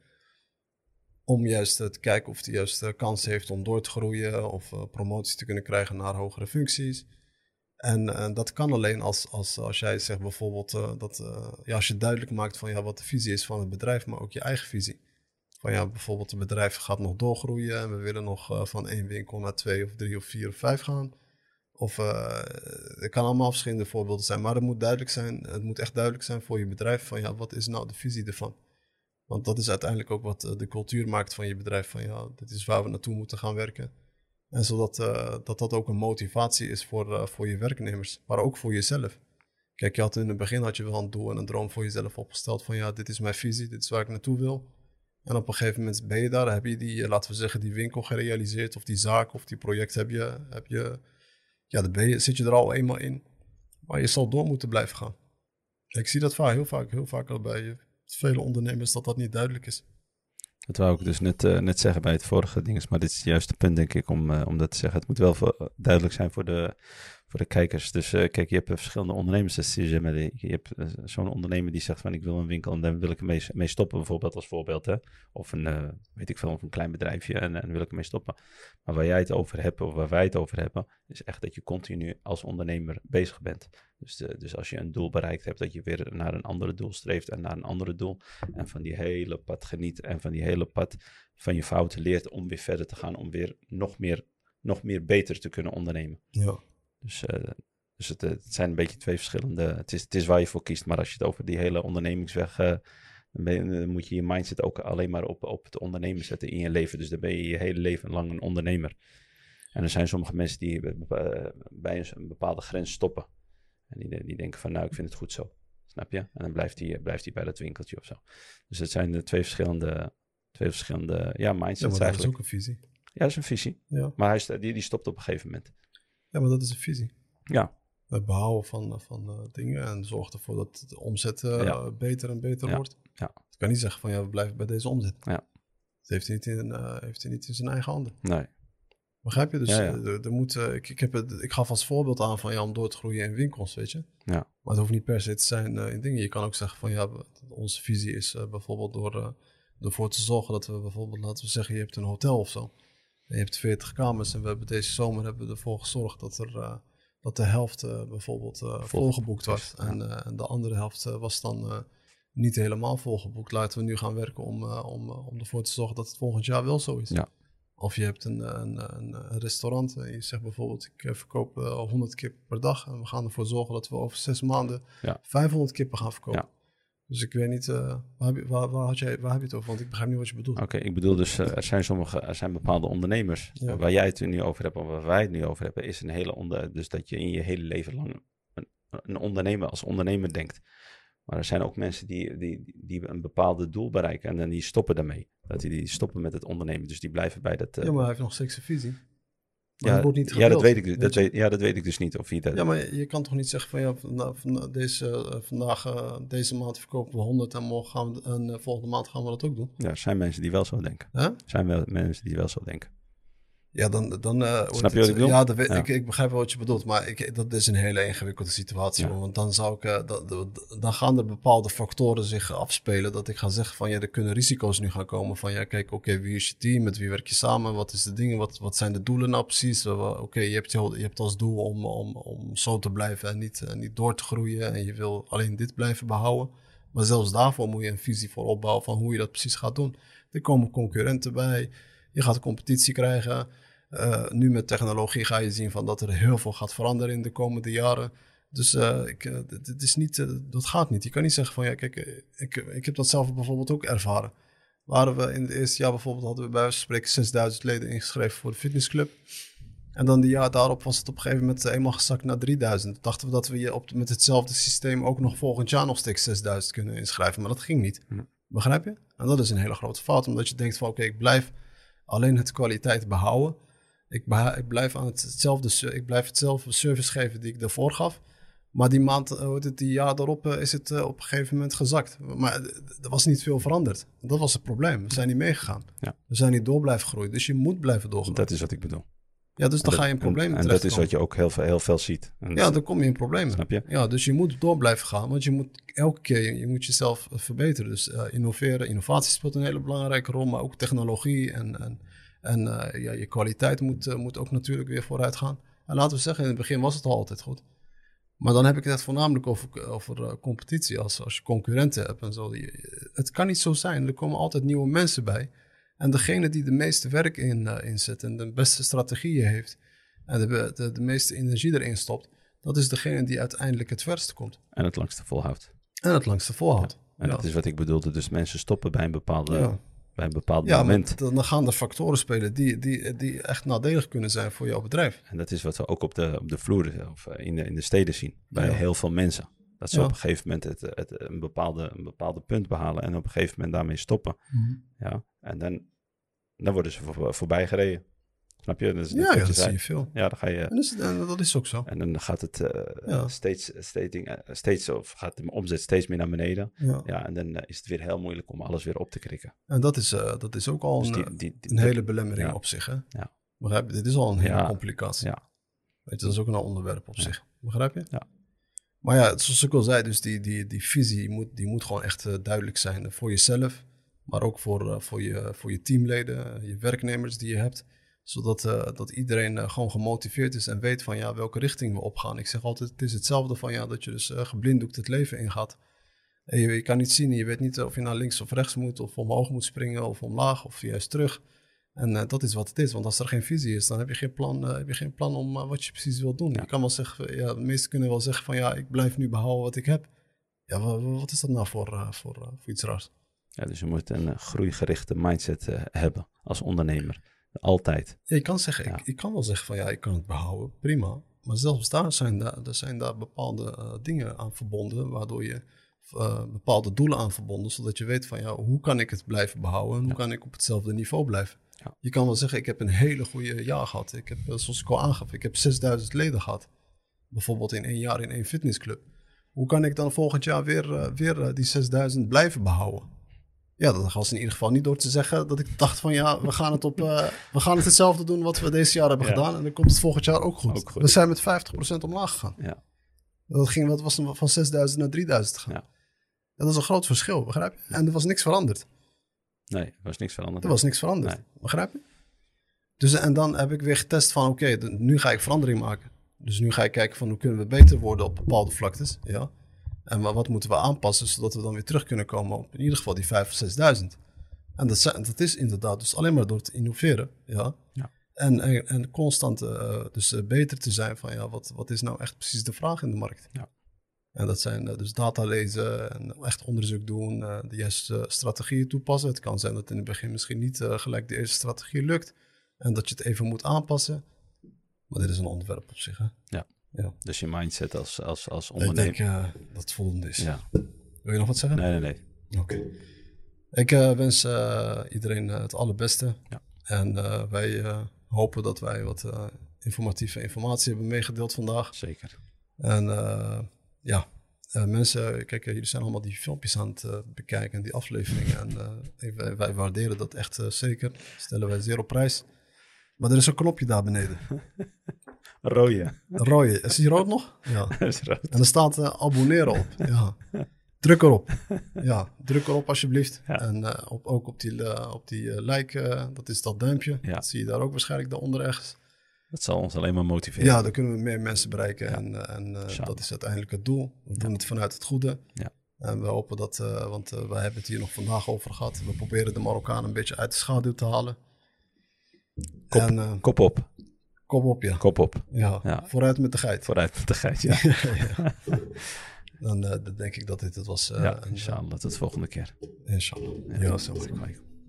Om juist uh, te kijken of hij juist uh, kans heeft om door te groeien. Of uh, promoties te kunnen krijgen naar hogere functies. En uh, dat kan alleen als, als, als jij zegt bijvoorbeeld uh, dat uh, ja, als je duidelijk maakt van ja, wat de visie is van het bedrijf, maar ook je eigen visie. Van ja, bijvoorbeeld het bedrijf gaat nog doorgroeien en we willen nog uh, van één winkel naar twee of drie of vier of vijf gaan. Of uh, er kan allemaal verschillende voorbeelden zijn, maar het moet duidelijk zijn, het moet echt duidelijk zijn voor je bedrijf van ja, wat is nou de visie ervan? Want dat is uiteindelijk ook wat uh, de cultuur maakt van je bedrijf, van ja, dit is waar we naartoe moeten gaan werken. En zodat uh, dat, dat ook een motivatie is voor, uh, voor je werknemers, maar ook voor jezelf. Kijk, je had in het begin had je wel een doel en een droom voor jezelf opgesteld van ja, dit is mijn visie, dit is waar ik naartoe wil. En op een gegeven moment ben je daar, heb je die, laten we zeggen, die winkel gerealiseerd of die zaak of die project heb je, heb je ja, dan ben je, zit je er al eenmaal in. Maar je zal door moeten blijven gaan. Ik zie dat vaak, heel vaak, heel vaak al bij vele ondernemers dat dat niet duidelijk is. Dat wou ik dus net, uh, net zeggen bij het vorige ding, maar dit is het juiste punt denk ik om, uh, om dat te zeggen. Het moet wel voor, duidelijk zijn voor de, voor de kijkers. Dus uh, kijk, je hebt uh, verschillende ondernemers. Dus je, je hebt uh, zo'n ondernemer die zegt van ik wil een winkel en daar wil ik ermee mee stoppen bijvoorbeeld als voorbeeld. Hè? Of een, uh, weet ik veel, of een klein bedrijfje en, en wil ik ermee stoppen. Maar waar jij het over hebt of waar wij het over hebben, is echt dat je continu als ondernemer bezig bent. Dus, de, dus als je een doel bereikt hebt, dat je weer naar een andere doel streeft en naar een andere doel. En van die hele pad geniet en van die hele pad van je fouten leert om weer verder te gaan. Om weer nog meer, nog meer beter te kunnen ondernemen. Ja. Dus, uh, dus het, het zijn een beetje twee verschillende... Het is, het is waar je voor kiest, maar als je het over die hele ondernemingsweg... Uh, dan, ben je, dan moet je je mindset ook alleen maar op, op het ondernemen zetten in je leven. Dus dan ben je je hele leven lang een ondernemer. En er zijn sommige mensen die bij een bepaalde grens stoppen. En die, die denken van, nou, ik vind het goed zo. Snap je? En dan blijft hij blijft bij dat winkeltje of zo. Dus het zijn de twee verschillende, twee verschillende ja, mindsets ja, maar dat eigenlijk. is ook een visie. Ja, dat is een visie. Ja. Maar hij, die, die stopt op een gegeven moment. Ja, maar dat is een visie. Ja. Het behouden van, van uh, dingen en zorg ervoor dat de omzet uh, ja. beter en beter ja. wordt. Ja. Ik kan niet zeggen van, ja, we blijven bij deze omzet. Ja. Dat heeft hij niet in, uh, heeft hij niet in zijn eigen handen. Nee. Begrijp je? Dus ja, ja. Er, er moet, uh, ik, ik, heb het, ik gaf als voorbeeld aan van ja, om door te groeien in winkels, weet je. Ja. Maar het hoeft niet per se te zijn uh, in dingen. Je kan ook zeggen van ja, onze visie is uh, bijvoorbeeld door uh, ervoor te zorgen dat we bijvoorbeeld, laten we zeggen, je hebt een hotel of zo. En je hebt veertig kamers en we hebben deze zomer hebben we ervoor gezorgd dat, er, uh, dat de helft uh, bijvoorbeeld uh, volgeboekt was. Ja. En, uh, en de andere helft uh, was dan uh, niet helemaal volgeboekt. Laten we nu gaan werken om, uh, om, uh, om ervoor te zorgen dat het volgend jaar wel zo is. Ja. Of je hebt een, een, een, een restaurant en je zegt bijvoorbeeld, ik uh, verkoop uh, honderd kippen per dag. En we gaan ervoor zorgen dat we over zes maanden ja. vijfhonderd kippen gaan verkopen. Ja. Dus ik weet niet, uh, waar, heb je, waar, waar, had jij, waar heb je het over? Want ik begrijp niet wat je bedoelt. Oké, okay, ik bedoel dus, uh, er zijn sommige, er zijn bepaalde ondernemers. Ja. Waar jij het nu over hebt, of waar wij het nu over hebben, is een hele onder... Dus dat je in je hele leven lang een, een ondernemer als ondernemer denkt. Maar er zijn ook mensen die, die, die een bepaald doel bereiken en dan die stoppen daarmee. Dat die, die stoppen met het ondernemen, dus die blijven bij dat... Uh... Ja, maar hij heeft nog steeds een visie. Maar ja, dat wordt niet ja, dat weet ik, weet dat weet, ja, dat weet ik dus niet. Of je dat... Ja, maar je, je kan toch niet zeggen van ja, van, van deze, uh, vandaag, uh, deze maand verkopen we honderd en morgen gaan we, en uh, volgende maand gaan we dat ook doen. Ja, er zijn mensen die wel zo denken. Huh? Er zijn wel mensen die wel zo denken. Ja, dan... dan uh, Snap je wat ik bedoel? Ja, dat weet, ja. Ik, ik begrijp wel wat je bedoelt, maar ik, dat is een hele ingewikkelde situatie. Ja. Want dan zou ik... Uh, dat, dat, dan gaan er bepaalde factoren zich afspelen dat ik ga zeggen van ja, er kunnen risico's nu gaan komen van ja, kijk, oké, okay, wie is je team, met wie werk je samen, wat is de dingen, wat, wat zijn de doelen nou precies? Uh, oké, okay, je, je hebt als doel om, om, om zo te blijven en niet, uh, niet door te groeien en je wil alleen dit blijven behouden. Maar zelfs daarvoor moet je een visie voor opbouwen van hoe je dat precies gaat doen. Er komen concurrenten bij, je gaat competitie krijgen. Uh, nu met technologie ga je zien van dat er heel veel gaat veranderen in de komende jaren. Dus uh, ik, uh, dit is niet, uh, dat gaat niet. Je kan niet zeggen van ja, kijk, ik, ik heb dat zelf bijvoorbeeld ook ervaren. waren we in het eerste jaar bijvoorbeeld, hadden we bij wijze van spreken zesduizend leden ingeschreven voor de fitnessclub. En dan die jaar daarop was het op een gegeven moment eenmaal gezakt naar drieduizend. Toen dachten we dat we je op, met hetzelfde systeem ook nog volgend jaar nog steeds zesduizend kunnen inschrijven. Maar dat ging niet. Hm. Begrijp je? En dat is een hele grote fout. Omdat je denkt van oké, okay, ik blijf alleen het kwaliteit behouden. Ik, beha- ik blijf aan het, hetzelfde, ik blijf hetzelfde service geven die ik daarvoor gaf. Maar die maand, uh, die jaar daarop uh, is het uh, op een gegeven moment gezakt. Maar uh, er was niet veel veranderd. Dat was het probleem. We zijn niet meegegaan. Ja. We zijn niet door blijven groeien. Dus je moet blijven doorgroeien. Dat is wat ik bedoel. Ja, dus dan dat, ga je in problemen En, en dat is wat je ook heel veel, heel veel ziet. En ja, dan kom je in problemen. Snap je? Ja, dus je moet door blijven gaan. Want je moet elke keer je moet jezelf verbeteren. Dus uh, innoveren. Innovatie speelt een hele belangrijke rol. Maar ook technologie en, en, en uh, ja, je kwaliteit moet, uh, moet ook natuurlijk weer vooruit gaan. En laten we zeggen, in het begin was het al altijd goed. Maar dan heb ik het voornamelijk over, over uh, competitie. Als, als je concurrenten hebt en zo. Het kan niet zo zijn. Er komen altijd nieuwe mensen bij. En degene die de meeste werk in, uh, inzet en de beste strategieën heeft en de, de, de meeste energie erin stopt, dat is degene die uiteindelijk het verste komt. En het langste volhoudt. En het langste volhoudt. Ja, en ja. dat is wat ik bedoelde. Dus mensen stoppen bij een bepaalde, ja. bij een bepaald ja, moment. Ja, dan gaan er factoren spelen die, die, die echt nadelig kunnen zijn voor jouw bedrijf. En dat is wat we ook op de, op de vloer of in de, in de steden zien. Bij ja. heel veel mensen. Dat ze ja. op een gegeven moment het, het, een, bepaalde, een bepaalde punt behalen en op een gegeven moment daarmee stoppen. Mm-hmm. Ja, en dan... Dan worden ze voor, voorbij gereden. Snap je? Dat is ja, ja dat zie je veel. Ja, dan ga je... En, dus, en dat is ook zo. En dan gaat het uh, ja. steeds, steeds, uh, steeds, of gaat de omzet steeds meer naar beneden. Ja. ja en dan uh, is het weer heel moeilijk om alles weer op te krikken. En dat is, uh, dat is ook al dus die, een, die, die, een hele belemmering ja. op zich. Hè? Ja. Begrijp je? Dit is al een hele ja. complicatie. Ja. Weet je, dat is ook een onderwerp op ja. zich. Begrijp je? Ja. Maar ja, zoals ik al zei, dus die, die, die visie moet, die moet gewoon echt uh, duidelijk zijn voor jezelf. Maar ook voor, uh, voor, je, voor je teamleden, je werknemers die je hebt. Zodat uh, dat iedereen uh, gewoon gemotiveerd is en weet van ja, welke richting we opgaan. Ik zeg altijd, het is hetzelfde van ja, dat je dus uh, geblinddoekt het leven ingaat. En je, je kan niet zien, je weet niet of je naar links of rechts moet, of omhoog moet springen, of omlaag, of juist terug. En uh, dat is wat het is, want als er geen visie is, dan heb je geen plan, uh, heb je geen plan om uh, wat je precies wilt doen. Ja. Je kan wel zeggen, ja, de meesten kunnen wel zeggen van ja, ik blijf nu behouden wat ik heb. Ja, wat, wat is dat nou voor, uh, voor, uh, voor iets raars? Ja, dus je moet een uh, groeigerichte mindset uh, hebben als ondernemer. Altijd. Ja, je kan zeggen, ja. ik, ik kan wel zeggen van ja, ik kan het behouden, prima. Maar zelfs daar zijn, daar, daar, zijn daar bepaalde uh, dingen aan verbonden, waardoor je uh, bepaalde doelen aan verbonden, zodat je weet van ja, hoe kan ik het blijven behouden en hoe ja. kan ik op hetzelfde niveau blijven. Ja. Je kan wel zeggen, ik heb een hele goede jaar gehad. Ik heb, zoals ik al aangaf, ik heb zesduizend leden gehad. Bijvoorbeeld in één jaar in één fitnessclub. Hoe kan ik dan volgend jaar weer, uh, weer uh, die zesduizend blijven behouden? Ja, dat was in ieder geval niet door te zeggen dat ik dacht van ja, we gaan het, op, uh, we gaan het hetzelfde doen wat we deze jaar hebben ja. gedaan. En dan komt het volgend jaar ook goed. Ook goed. We zijn met vijftig procent omlaag gegaan. Ja. Dat ging, wat was van zesduizend naar drieduizend gegaan. Ja. Dat is een groot verschil, begrijp je? En er was niks veranderd. Nee, er was niks veranderd. Er was niks veranderd, nee. Begrijp je? Dus en dan heb ik weer getest van oké, okay, nu ga ik verandering maken. Dus nu ga ik kijken van hoe kunnen we beter worden op bepaalde vlaktes. Ja. En wat moeten we aanpassen, zodat we dan weer terug kunnen komen op in ieder geval die vijf of zesduizend. En dat, dat is inderdaad dus alleen maar door te innoveren. Ja. Ja. En, en, en constant uh, dus uh, beter te zijn van ja, wat, wat is nou echt precies de vraag in de markt. Ja. En dat zijn uh, dus data lezen en echt onderzoek doen, uh, de juiste uh, strategieën toepassen. Het kan zijn dat in het begin misschien niet uh, gelijk de eerste strategie lukt. En dat je het even moet aanpassen. Maar dit is een onderwerp op zich, hè? Ja. Ja. Dus je mindset als, als, als ondernemer. Ik denk uh, dat het volgende is. Ja. Wil je nog wat zeggen? Nee, nee, nee. Oké. Okay. Ik uh, wens uh, iedereen uh, het allerbeste. Ja. En uh, wij uh, hopen dat wij wat uh, informatieve informatie hebben meegedeeld vandaag. Zeker. En uh, ja, uh, mensen, kijk, jullie zijn allemaal die filmpjes aan het uh, bekijken en die afleveringen. En uh, wij, wij waarderen dat echt uh, zeker. Stellen wij zeer op prijs. Maar er is een knopje daar beneden. Rode. Rode. Is die rood nog? Ja. Is rood. En er staat uh, abonneren op. Ja. Druk erop. Ja, druk erop alsjeblieft. Ja. En uh, op, ook op die, uh, op die uh, like, uh, dat is dat duimpje. Ja. Dat zie je daar ook waarschijnlijk daaronder ergens. Dat zal ons alleen maar motiveren. Ja, dan kunnen we meer mensen bereiken. Ja. En, uh, en uh, dat is uiteindelijk het doel. We ja. doen het vanuit het goede. Ja. En we hopen dat, uh, want uh, wij hebben het hier nog vandaag over gehad. We proberen de Marokkanen een beetje uit de schaduw te halen. Kop, en, uh, kop op. Kop op, ja. Kop op. Ja, ja. Vooruit met de geit. Vooruit met de geit, ja. ja. Dan, uh, dan denk ik dat dit het was. Uh, ja, inshallah, tot de volgende keer. Inshallah. Ja, ja, zo.